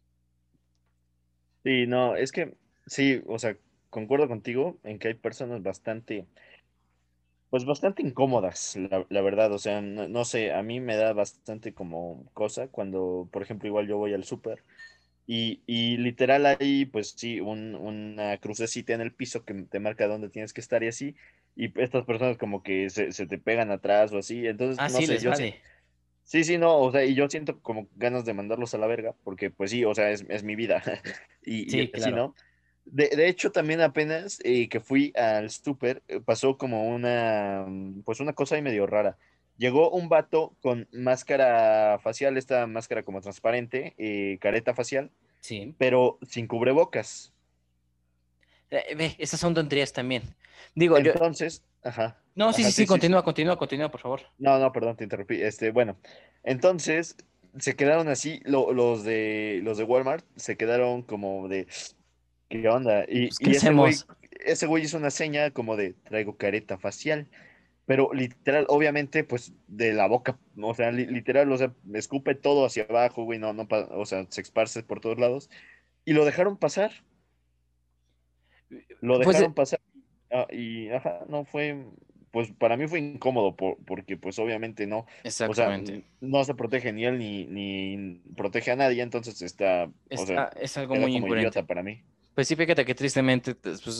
Speaker 2: Sí, no, es que sí, o sea, concuerdo contigo en que hay personas pues bastante incómodas, la verdad, o sea, no sé, a mí me da bastante como cosa cuando, por ejemplo, igual yo voy al súper y literal hay, pues sí, una crucecita en el piso que te marca dónde tienes que estar y así, y estas personas como que se te pegan atrás o así, entonces,
Speaker 1: Ah,
Speaker 2: no
Speaker 1: sí,
Speaker 2: sé,
Speaker 1: les vale.
Speaker 2: sí, sí, no, o sea, y yo siento como ganas de mandarlos a la verga, porque pues sí, o sea, es mi vida, y
Speaker 1: Sí,
Speaker 2: así,
Speaker 1: claro.
Speaker 2: ¿no? De hecho, también apenas que fui al súper, pasó como pues una cosa ahí medio rara. Llegó un vato con máscara facial, esta máscara como transparente, careta facial,
Speaker 1: Sí.
Speaker 2: pero sin cubrebocas.
Speaker 1: Ve, esas son tonterías también. Digo, yo...
Speaker 2: Entonces,
Speaker 1: No, sí, sí,
Speaker 2: sí,
Speaker 1: sí,
Speaker 2: sí, sí.
Speaker 1: continúa, por favor.
Speaker 2: No, no, perdón, te interrumpí. Bueno, entonces se quedaron así, los de Walmart se quedaron como de, ¿qué onda? Y,
Speaker 1: Pues, ¿qué
Speaker 2: y
Speaker 1: hacemos?
Speaker 2: ese güey hizo una seña como de, traigo careta facial. Pero literal, obviamente, pues de la boca, o sea, literal, o sea, me escupe todo hacia abajo, güey, no, no, o sea, se esparce por todos lados. Y lo dejaron pasar, lo
Speaker 1: Pues
Speaker 2: dejaron pasar. Y, no fue, pues para mí fue incómodo, porque pues obviamente no, o sea,
Speaker 1: exactamente.
Speaker 2: no se protege ni él ni protege a nadie, entonces o sea,
Speaker 1: Es algo
Speaker 2: queda
Speaker 1: muy
Speaker 2: como
Speaker 1: incoherente.
Speaker 2: idiota para mí.
Speaker 1: Pues sí, fíjate que tristemente, pues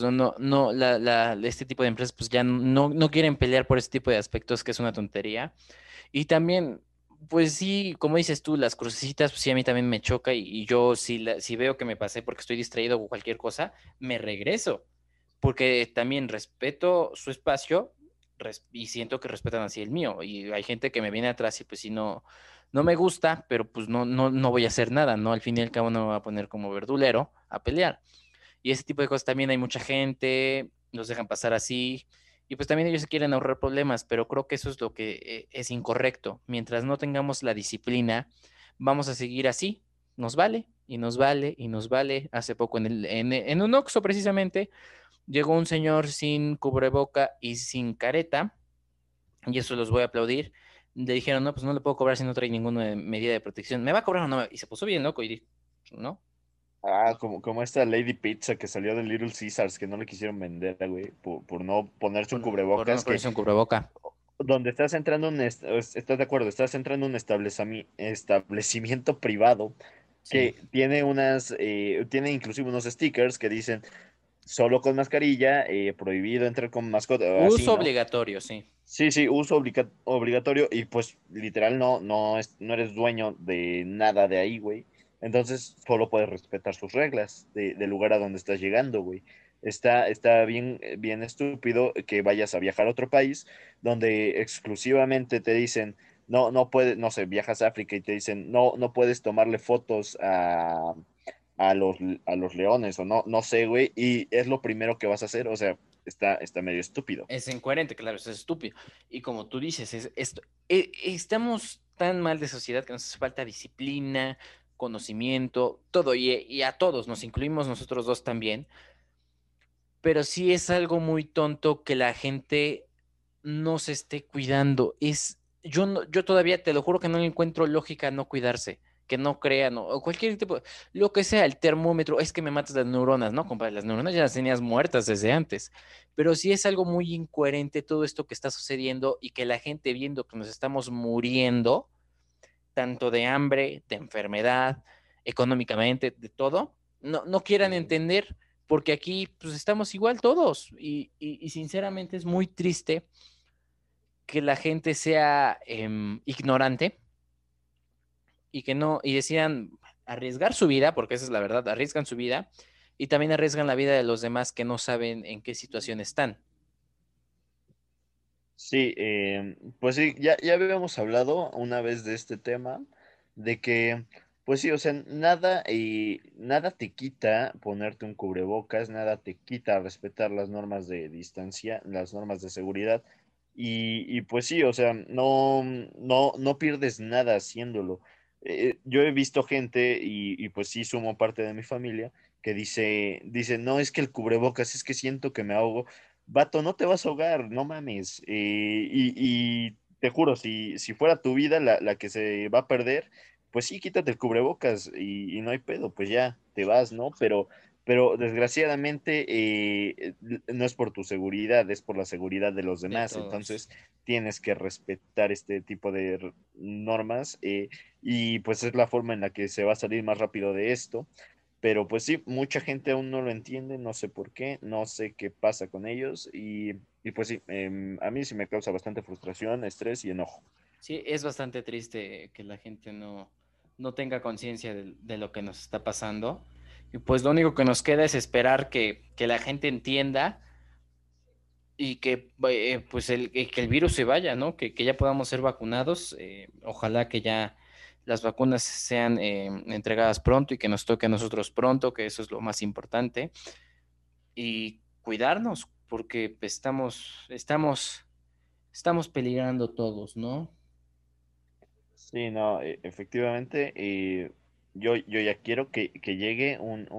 Speaker 1: este tipo de empresas pues ya no quieren pelear por este tipo de aspectos que es una tontería. Y también, pues sí, como dices tú, las crucecitas, pues sí, a mí también me choca y yo si veo que me pasé porque estoy distraído o cualquier cosa, me regreso, porque también respeto su espacio y siento que respetan así el mío. Y hay gente que me viene atrás y pues sí, no me gusta, pero pues no voy a hacer nada, ¿no? Al fin y al cabo no me voy a poner como verdulero a pelear. Y ese tipo de cosas también hay mucha gente, los dejan pasar así. Y pues también ellos se quieren ahorrar problemas, pero creo que eso es lo que es incorrecto. Mientras no tengamos la disciplina, vamos a seguir así. Nos vale y nos vale y nos vale. Hace poco en un Oxxo precisamente llegó un señor sin cubreboca y sin careta, y eso los voy a aplaudir. Le dijeron, no, pues no le puedo cobrar si no trae ninguna medida de protección. ¿Me va a cobrar o no? Y se puso bien loco y dijo, no.
Speaker 2: Como esta Lady Pizza que salió de Little Caesars, que no le quisieron vender, güey, por no ponerse un
Speaker 1: Por no
Speaker 2: cubrebocas, que
Speaker 1: ponerse un cubreboca.
Speaker 2: donde estás entrando estás de acuerdo, estás entrando en un establecimiento privado
Speaker 1: Sí.
Speaker 2: que tiene inclusive unos stickers que dicen solo con mascarilla, prohibido entrar con mascota, así,
Speaker 1: Uso
Speaker 2: ¿no?
Speaker 1: obligatorio, sí.
Speaker 2: Sí, sí, uso obligatorio y pues literal no eres dueño de nada de ahí, güey. Entonces solo puedes respetar sus reglas del lugar a donde estás llegando, güey. Está bien, bien estúpido que vayas a viajar a otro país donde exclusivamente te dicen, no puedes, no sé, viajas a África y te dicen, no puedes tomarle fotos a los leones o no sé, güey, y es lo primero que vas a hacer, o sea, está medio estúpido.
Speaker 1: Es incoherente, claro, es estúpido. Y como tú dices, estamos tan mal de sociedad que nos hace falta disciplina, conocimiento, todo, y a todos, nos incluimos nosotros dos también, pero sí es algo muy tonto que la gente no se esté cuidando. Yo todavía te lo juro que no le encuentro lógica a no cuidarse, que no crean, o cualquier tipo, lo que sea, el termómetro, es que me matas las neuronas, ¿no, compadre? Las neuronas ya las tenías muertas desde antes. Pero sí es algo muy incoherente todo esto que está sucediendo y que la gente viendo que nos estamos muriendo, tanto de hambre, de enfermedad, económicamente, de todo, no quieran
Speaker 2: Sí.
Speaker 1: entender, porque aquí pues estamos igual todos y sinceramente es muy triste que la gente sea ignorante y que no, y decidan arriesgar su vida, porque esa es la verdad, arriesgan su vida y también arriesgan la vida de los demás que no saben en qué situación están.
Speaker 2: Sí, pues sí, ya habíamos hablado una vez de este tema, de que, pues sí, o sea, nada te quita ponerte un cubrebocas, nada te quita respetar las normas de distancia, las normas de seguridad, y pues sí, o sea, no pierdes nada haciéndolo. Yo he visto gente, y pues sí sumo parte de mi familia, que dice, no, es que el cubrebocas, es que siento que me ahogo. Vato, no te vas a ahogar, no mames. Y te juro, si fuera tu vida la que se va a perder, pues sí, quítate el cubrebocas y no hay pedo, pues ya te vas, ¿no? Pero desgraciadamente no es por tu seguridad, es por la seguridad de los
Speaker 1: De
Speaker 2: demás.
Speaker 1: todos.
Speaker 2: Entonces tienes que respetar este tipo de normas, y pues es la forma en la que se va a salir más rápido de esto. Pero pues sí, mucha gente aún no lo entiende, no sé por qué, no sé qué pasa con ellos y pues sí, a mí sí me causa bastante frustración, estrés y enojo.
Speaker 1: Sí, es bastante triste que la gente no tenga conciencia de lo que nos está pasando. Y pues lo único que nos queda es esperar que la gente entienda y que pues que el virus se vaya, ¿no? Que ya podamos ser vacunados. Ojalá que ya las vacunas sean entregadas pronto y que nos toque a nosotros pronto, que eso es lo más importante, y cuidarnos, porque estamos peligrando todos, ¿no?
Speaker 2: Sí, no, efectivamente, yo ya quiero que llegue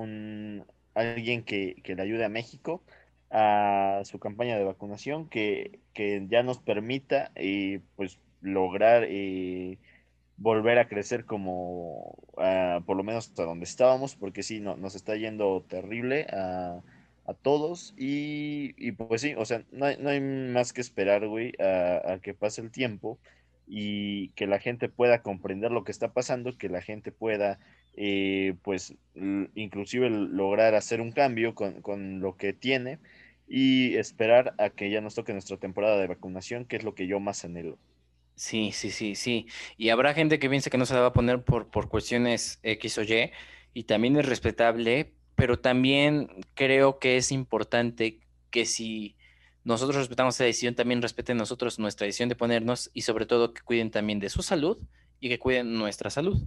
Speaker 2: alguien que le ayude a México a su campaña de vacunación, que ya nos permita pues lograr volver a crecer como por lo menos hasta donde estábamos, porque sí, no, nos está yendo terrible a todos y pues sí, o sea, no hay más que esperar, güey, a que pase el tiempo y que la gente pueda comprender lo que está pasando, que la gente pueda, pues, inclusive lograr hacer un cambio con lo que tiene y esperar a que ya nos toque nuestra temporada de vacunación, que es lo que yo más anhelo.
Speaker 1: Sí, sí, sí, sí. Y habrá gente que piense que no se la va a poner por cuestiones X o y también es respetable, pero también creo que es importante que si nosotros respetamos esa decisión, también respeten nosotros nuestra decisión de ponernos y sobre todo que cuiden también de su salud y que cuiden nuestra salud.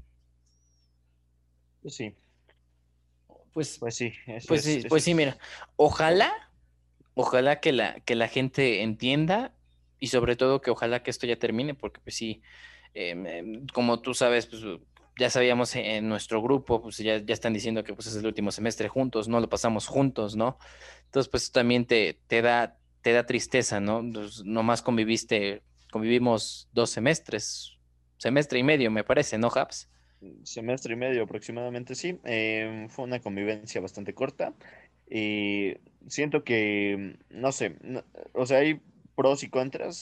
Speaker 2: Pues sí,
Speaker 1: Pues,
Speaker 2: pues sí,
Speaker 1: pues
Speaker 2: eso
Speaker 1: sí, mira,
Speaker 2: es
Speaker 1: ojalá,
Speaker 2: todo.
Speaker 1: ojalá que la gente entienda y sobre todo que ojalá que esto ya termine, porque pues sí. Como tú sabes, pues ya sabíamos en nuestro grupo, pues ya están diciendo que pues es el último semestre juntos, no lo pasamos juntos, ¿no? Entonces, pues también te da tristeza, ¿no? Pues, nomás convivimos 2 semestres, semestre y medio, me parece, ¿no, Japs?
Speaker 2: Semestre y medio aproximadamente, sí. Fue una convivencia bastante corta. Y siento que, no sé, o sea, hay pros y contras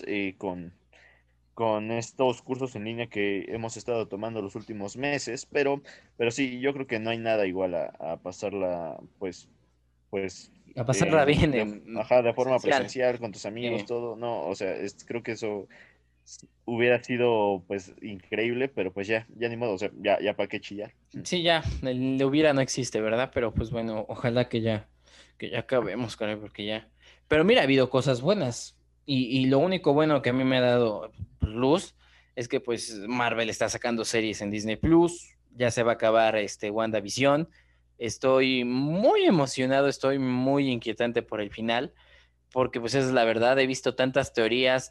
Speaker 2: con estos cursos en línea que hemos estado tomando los últimos meses, pero sí, yo creo que no hay nada igual a pasarla, pues,
Speaker 1: A pasarla bien
Speaker 2: ajá, de forma
Speaker 1: presencial.
Speaker 2: presencial, con tus amigos,
Speaker 1: Sí.
Speaker 2: todo, no, o sea, creo que eso hubiera sido, pues, increíble, pero pues ya ni modo, o sea, ya para qué chillar.
Speaker 1: Sí, ya, el de hubiera no existe, ¿verdad? Pero pues bueno, ojalá que ya acabemos, caray, porque ya. Pero mira, ha habido cosas buenas. Y lo único bueno que a mí me ha dado luz es que pues Marvel está sacando series en Disney Plus, ya se va a acabar WandaVision. Estoy muy emocionado, estoy muy inquietante por el final, porque pues esa es la verdad, he visto tantas teorías,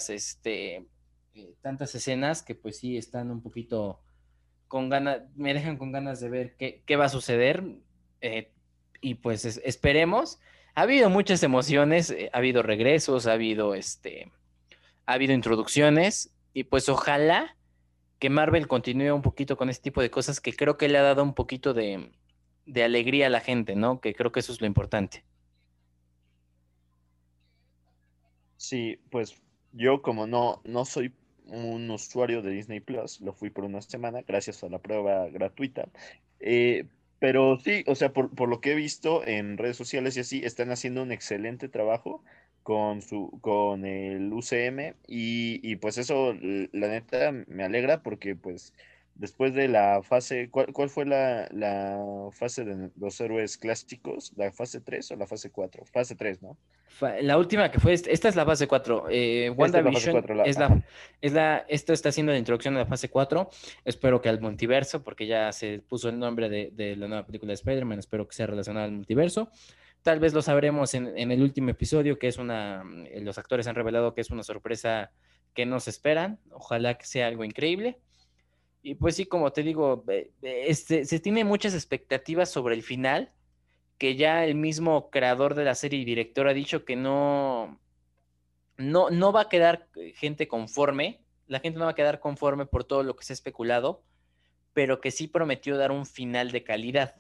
Speaker 1: tantas escenas que pues sí están un poquito con ganas, me dejan con ganas de ver qué va a suceder. eh, y pues esperemos. Ha habido muchas emociones, ha habido regresos, ha habido introducciones, y pues ojalá que Marvel continúe un poquito con este tipo de cosas que creo que le ha dado un poquito de alegría a la gente, ¿no? Que creo que eso es lo importante.
Speaker 2: Sí, pues yo como no soy un usuario de Disney Plus, lo fui por una semana gracias a la prueba gratuita. eh, pero sí, o sea, por lo que he visto en redes sociales y así, están haciendo un excelente trabajo con el UCM y pues eso, la neta, me alegra porque pues después de la fase, ¿cuál fue la fase de los héroes clásicos? ¿La fase 3 o la fase 4? Fase 3, ¿no?
Speaker 1: La última que fue, esta es la fase 4.
Speaker 2: Esta es la fase
Speaker 1: WandaVision
Speaker 2: 4 ajá.
Speaker 1: esto está haciendo la introducción a la fase 4. Espero que al multiverso, porque ya se puso el nombre de la nueva película de Spider-Man, espero que sea relacionado al multiverso. Tal vez lo sabremos en el último episodio, los actores han revelado que es una sorpresa que no se esperan. Ojalá que sea algo increíble. Y pues sí, como te digo, se tiene muchas expectativas sobre el final, que ya el mismo creador de la serie y director ha dicho que no va a quedar gente conforme, la gente no va a quedar conforme por todo lo que se ha especulado, pero que sí prometió dar un final de calidad.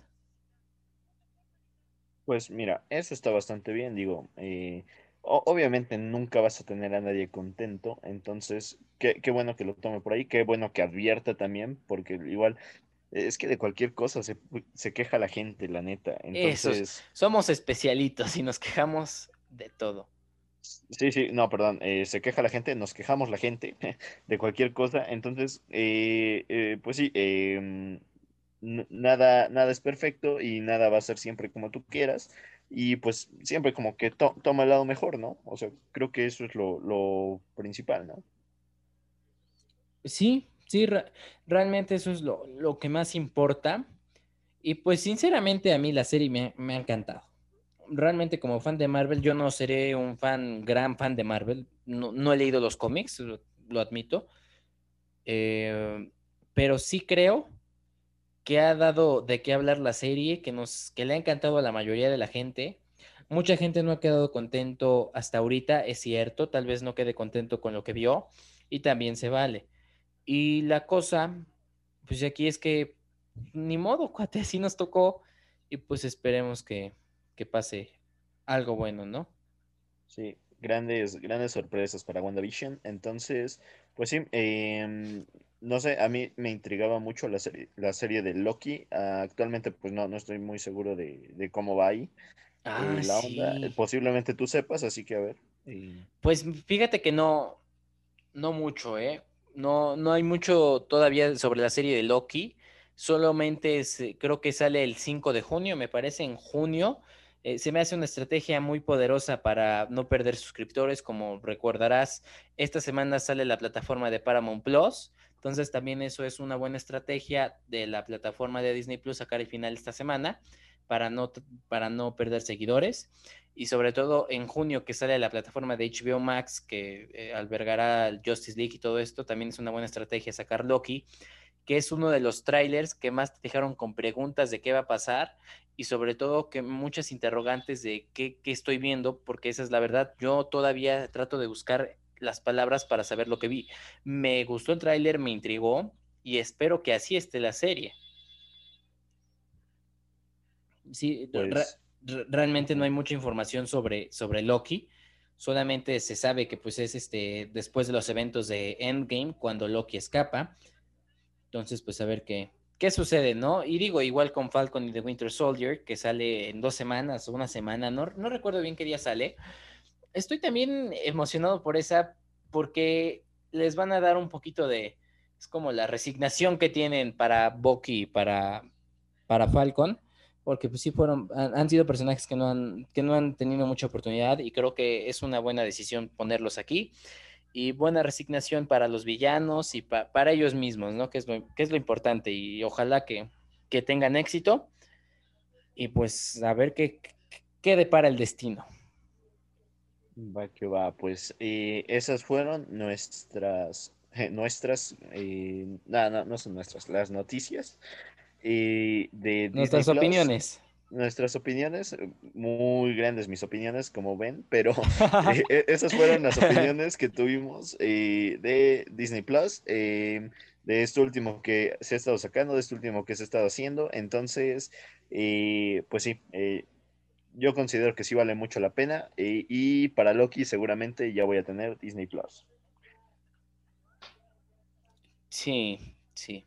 Speaker 2: Pues mira, eso está bastante bien, digo, obviamente nunca vas a tener a nadie contento, entonces qué bueno que lo tome por ahí, qué bueno que advierta también, porque igual es que de cualquier cosa se queja la gente, la neta,
Speaker 1: Esos,
Speaker 2: entonces,
Speaker 1: somos especialitos y nos quejamos de todo.
Speaker 2: sí, sí, no, perdón, se queja la gente, nos quejamos la gente de cualquier cosa, entonces, pues sí, nada es perfecto y nada va a ser siempre como tú quieras. Y pues siempre como que toma el lado mejor, ¿no? O sea, creo que eso es lo principal, ¿no?
Speaker 1: Sí, Sí, realmente eso es lo que más importa. Y pues sinceramente a mí la serie me ha encantado. Realmente como fan de Marvel, yo no seré un gran fan de Marvel. No, no he leído los cómics, lo admito. Eh, pero sí creo que ha dado de qué hablar la serie, que le ha encantado a la mayoría de la gente. Mucha gente no ha quedado contento hasta ahorita, es cierto, tal vez no quede contento con lo que vio y también se vale. Y la cosa, pues aquí es que ni modo, cuate, así nos tocó y pues esperemos que pase algo bueno, ¿no?
Speaker 2: Sí, grandes sorpresas para WandaVision. Entonces, pues sí, no sé, a mí me intrigaba mucho la serie de Loki. Actualmente, pues no estoy muy seguro de cómo va ahí
Speaker 1: Ah,
Speaker 2: la onda.
Speaker 1: sí.
Speaker 2: Posiblemente tú sepas, así que a ver.
Speaker 1: Pues fíjate que no, no mucho, ¿eh? No, no hay mucho todavía sobre la serie de Loki. Solamente creo que sale el 5 de junio, me parece, en junio. Se me hace una estrategia muy poderosa para no perder suscriptores. Como recordarás, esta semana sale la plataforma de Paramount Plus. Entonces también eso es una buena estrategia de la plataforma de Disney Plus sacar el final esta semana para no perder seguidores y sobre todo en junio que sale la plataforma de HBO Max que albergará el Justice League y todo esto, también es una buena estrategia sacar Loki, que es uno de los trailers que más te dejaron con preguntas de qué va a pasar y sobre todo que muchas interrogantes de qué estoy viendo, porque esa es la verdad, yo todavía trato de buscar las palabras para saber lo que vi. Me gustó el tráiler, me intrigó y espero que así esté la serie. Sí,
Speaker 2: Pues,
Speaker 1: realmente no
Speaker 2: ujú.
Speaker 1: hay mucha información sobre Loki. Solamente se sabe que pues es después de los eventos de Endgame cuando Loki escapa. Entonces, pues a ver qué sucede, ¿no? Y digo, igual con Falcon y The Winter Soldier, que sale en 2 semanas o una semana, no recuerdo bien qué día sale. Estoy también emocionado por esa, porque les van a dar un poquito es como la resignación que tienen para Bucky y para Falcon, porque pues sí han sido personajes que no han tenido mucha oportunidad y creo que es una buena decisión ponerlos aquí y buena resignación para los villanos y para ellos mismos, ¿no? Que es lo importante y ojalá que tengan éxito y pues a ver qué depara el destino.
Speaker 2: Va que va, pues esas fueron no son nuestras, las noticias de Disney
Speaker 1: Nuestras
Speaker 2: Plus.
Speaker 1: opiniones.
Speaker 2: Nuestras opiniones, muy grandes mis opiniones, como ven, pero esas fueron las opiniones que tuvimos de Disney Plus, de esto último que se ha estado sacando, de esto último que se ha estado haciendo. Entonces, pues sí, yo considero que sí vale mucho la pena, y para Loki seguramente ya voy a tener Disney Plus.
Speaker 1: Sí, sí.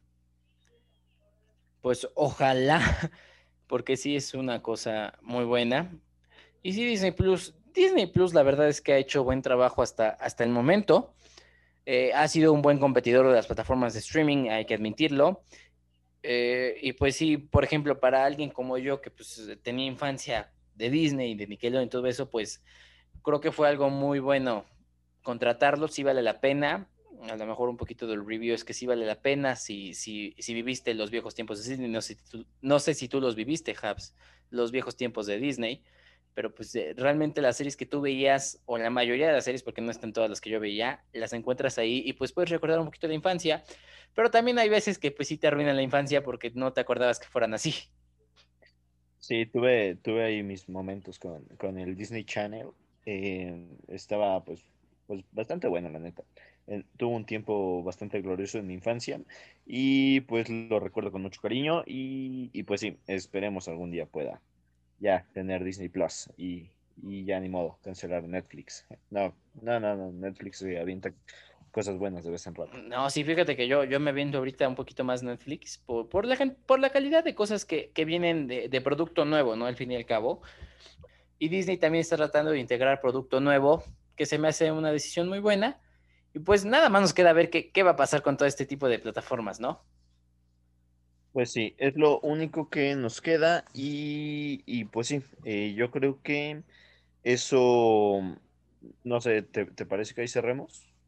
Speaker 1: Pues ojalá, porque sí es una cosa muy buena. Y sí, Disney Plus, la verdad es que ha hecho buen trabajo hasta el momento. Ha sido un buen competidor de las plataformas de streaming, hay que admitirlo. Y pues sí, por ejemplo, para alguien como yo que pues tenía infancia de Disney, de Nickelodeon y todo eso, pues creo que fue algo muy bueno contratarlo, sí vale la pena. A lo mejor un poquito del review es que sí vale la pena si viviste los viejos tiempos de Disney. No sé si tú los viviste, Habs, los viejos tiempos de Disney, pero pues realmente las series que tú veías, o la mayoría de las series, porque no están todas las que yo veía, las encuentras ahí y pues puedes recordar un poquito de la infancia, pero también hay veces que pues sí te arruinan la infancia porque no te acordabas que fueran así.
Speaker 2: Sí, tuve ahí mis momentos con el Disney Channel. Estaba pues bastante bueno, la neta. Tuvo un tiempo bastante glorioso en mi infancia y pues lo recuerdo con mucho cariño, y pues sí, esperemos algún día pueda ya tener Disney Plus, y ya ni modo, cancelar Netflix. No, Netflix se avienta cosas buenas de vez en rato.
Speaker 1: No, sí, fíjate que yo me viendo ahorita un poquito más Netflix por la calidad de cosas que vienen de producto nuevo, ¿no? Al fin y al cabo. Y Disney también está tratando de integrar producto nuevo, que se me hace una decisión muy buena. Y pues nada más nos queda ver qué va a pasar con todo este tipo de plataformas, ¿no?
Speaker 2: Pues sí, es lo único que nos queda, y pues sí, yo creo que eso, no sé, ¿te parece que ahí cerremos?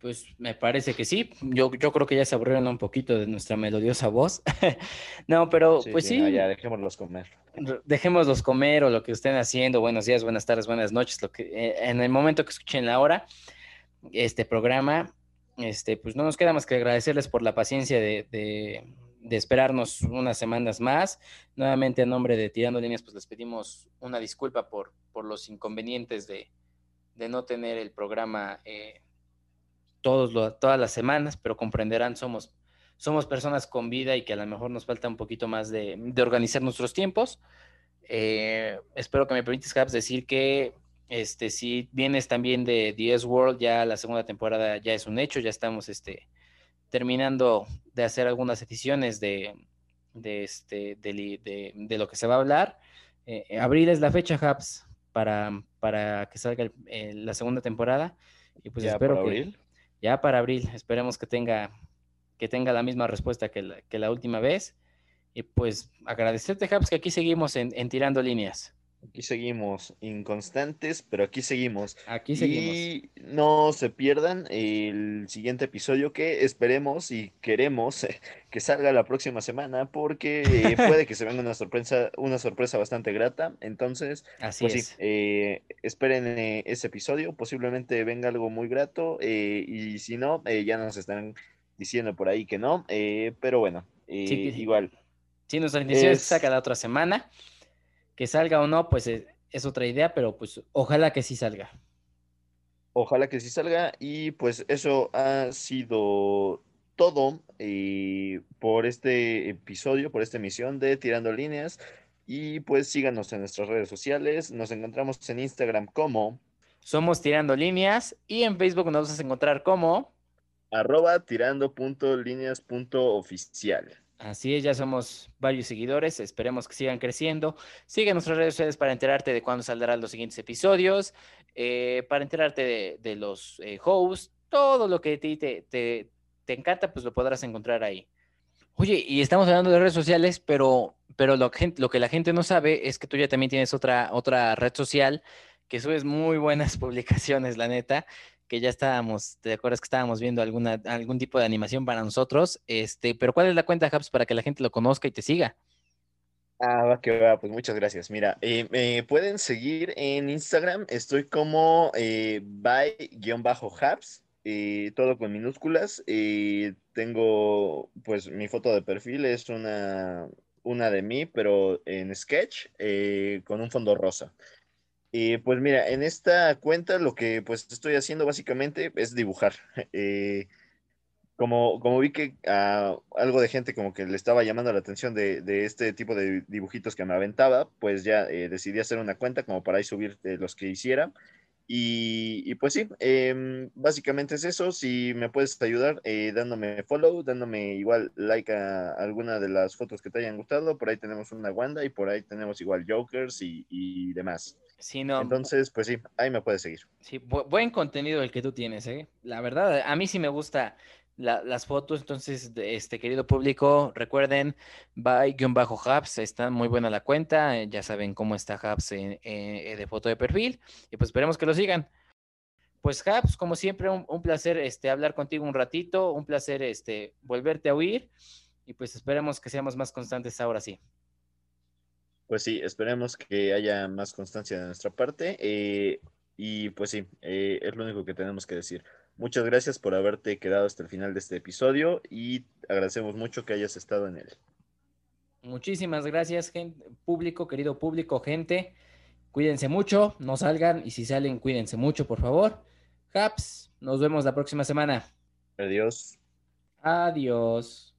Speaker 3: Pues me parece que sí. Yo creo que ya se aburrieron un poquito de nuestra melodiosa voz. No, pero
Speaker 2: Sí,
Speaker 3: pues
Speaker 2: sí, no,
Speaker 3: sí,
Speaker 2: ya dejémoslos comer.
Speaker 3: dejémoslos comer o lo que estén haciendo. Buenos días, buenas tardes, buenas noches. En el momento que escuchen la hora, este programa, pues no nos queda más que agradecerles por la paciencia de esperarnos unas semanas más. Nuevamente, en nombre de Tirando Líneas, pues les pedimos una disculpa por los inconvenientes de no tener el programa todas las semanas, pero comprenderán, somos personas con vida y que a lo mejor nos falta un poquito más de organizar nuestros tiempos. Espero que me permites, Caps, decir que si vienes también de DS World, ya la segunda temporada ya es un hecho, ya estamos terminando de hacer algunas ediciones de lo que se va a hablar. Abril es la fecha, Caps, para que salga la segunda temporada. Y pues
Speaker 2: ¿Ya
Speaker 3: espero
Speaker 2: por
Speaker 3: que
Speaker 2: abril?
Speaker 3: ya para abril, esperemos que tenga la misma respuesta que la última vez. Y pues agradecerte, Japs, que aquí seguimos en Tirando Líneas.
Speaker 2: Aquí seguimos inconstantes, pero aquí seguimos.
Speaker 3: Aquí seguimos.
Speaker 2: Y no se pierdan el siguiente episodio que esperemos y queremos que salga la próxima semana porque puede que se venga una sorpresa bastante grata. Entonces,
Speaker 3: Así
Speaker 2: pues sí,
Speaker 3: es.
Speaker 2: esperen ese episodio. Posiblemente venga algo muy grato y si no, ya nos estarán diciendo por ahí que no. Pero bueno,
Speaker 3: Sí,
Speaker 2: igual.
Speaker 3: sí, nuestra intención es que salga
Speaker 2: Es
Speaker 3: la otra semana. Que salga o no, pues es otra idea, pero pues ojalá que sí salga.
Speaker 2: Ojalá que sí salga y pues eso ha sido todo por este episodio, por esta emisión de Tirando Líneas y pues síganos en nuestras redes sociales, nos encontramos en Instagram como
Speaker 3: Somos Tirando Líneas y en Facebook nos vas a encontrar como.
Speaker 2: @tirando.líneas.oficial.
Speaker 3: Así es, ya somos varios seguidores, esperemos que sigan creciendo. Sigue nuestras redes sociales para enterarte de cuándo saldrán los siguientes episodios, para enterarte de los hosts, todo lo que a ti te encanta, pues lo podrás encontrar ahí. Oye, y estamos hablando de redes sociales, pero lo que la gente no sabe es que tú ya también tienes otra red social que subes muy buenas publicaciones, la neta, que ya estábamos, ¿te acuerdas que estábamos viendo algún tipo de animación para nosotros? Pero ¿cuál es la cuenta, Japs, para que la gente lo conozca y te siga?
Speaker 2: Ah, va que va, pues muchas gracias. Mira, me pueden seguir en Instagram, estoy como by-habs, todo con minúsculas. Tengo, pues mi foto de perfil es una de mí, pero en sketch, con un fondo rosa. Y pues mira, en esta cuenta lo que pues estoy haciendo básicamente es dibujar. Eh, como vi que algo de gente como que le estaba llamando la atención de este tipo de dibujitos que me aventaba, pues ya decidí hacer una cuenta como para ahí subir los que hiciera. Y pues sí, básicamente es eso. Si me puedes ayudar dándome follow, dándome igual like a alguna de las fotos que te hayan gustado, por ahí tenemos una Wanda y por ahí tenemos igual Jokers y demás.
Speaker 3: Sí, no,
Speaker 2: Entonces, pues sí, ahí me puedes seguir.
Speaker 3: sí, buen contenido el que tú tienes, ¿eh? La verdad, a mí sí me gusta las fotos, entonces, querido público, recuerden, by-Hubs, está muy buena la cuenta, ya saben cómo está Hubs de foto de perfil, y pues esperemos que lo sigan. Pues Hubs, como siempre, un placer hablar contigo un ratito, un placer volverte a oír, y pues esperemos que seamos más constantes ahora sí.
Speaker 2: Pues sí, esperemos que haya más constancia de nuestra parte. Y pues sí, es lo único que tenemos que decir. Muchas gracias por haberte quedado hasta el final de este episodio y agradecemos mucho que hayas estado en él.
Speaker 3: Muchísimas gracias, público, querido público, gente. Cuídense mucho, no salgan y si salen, cuídense mucho, por favor. Haps, nos vemos la próxima semana.
Speaker 2: Adiós.
Speaker 3: Adiós.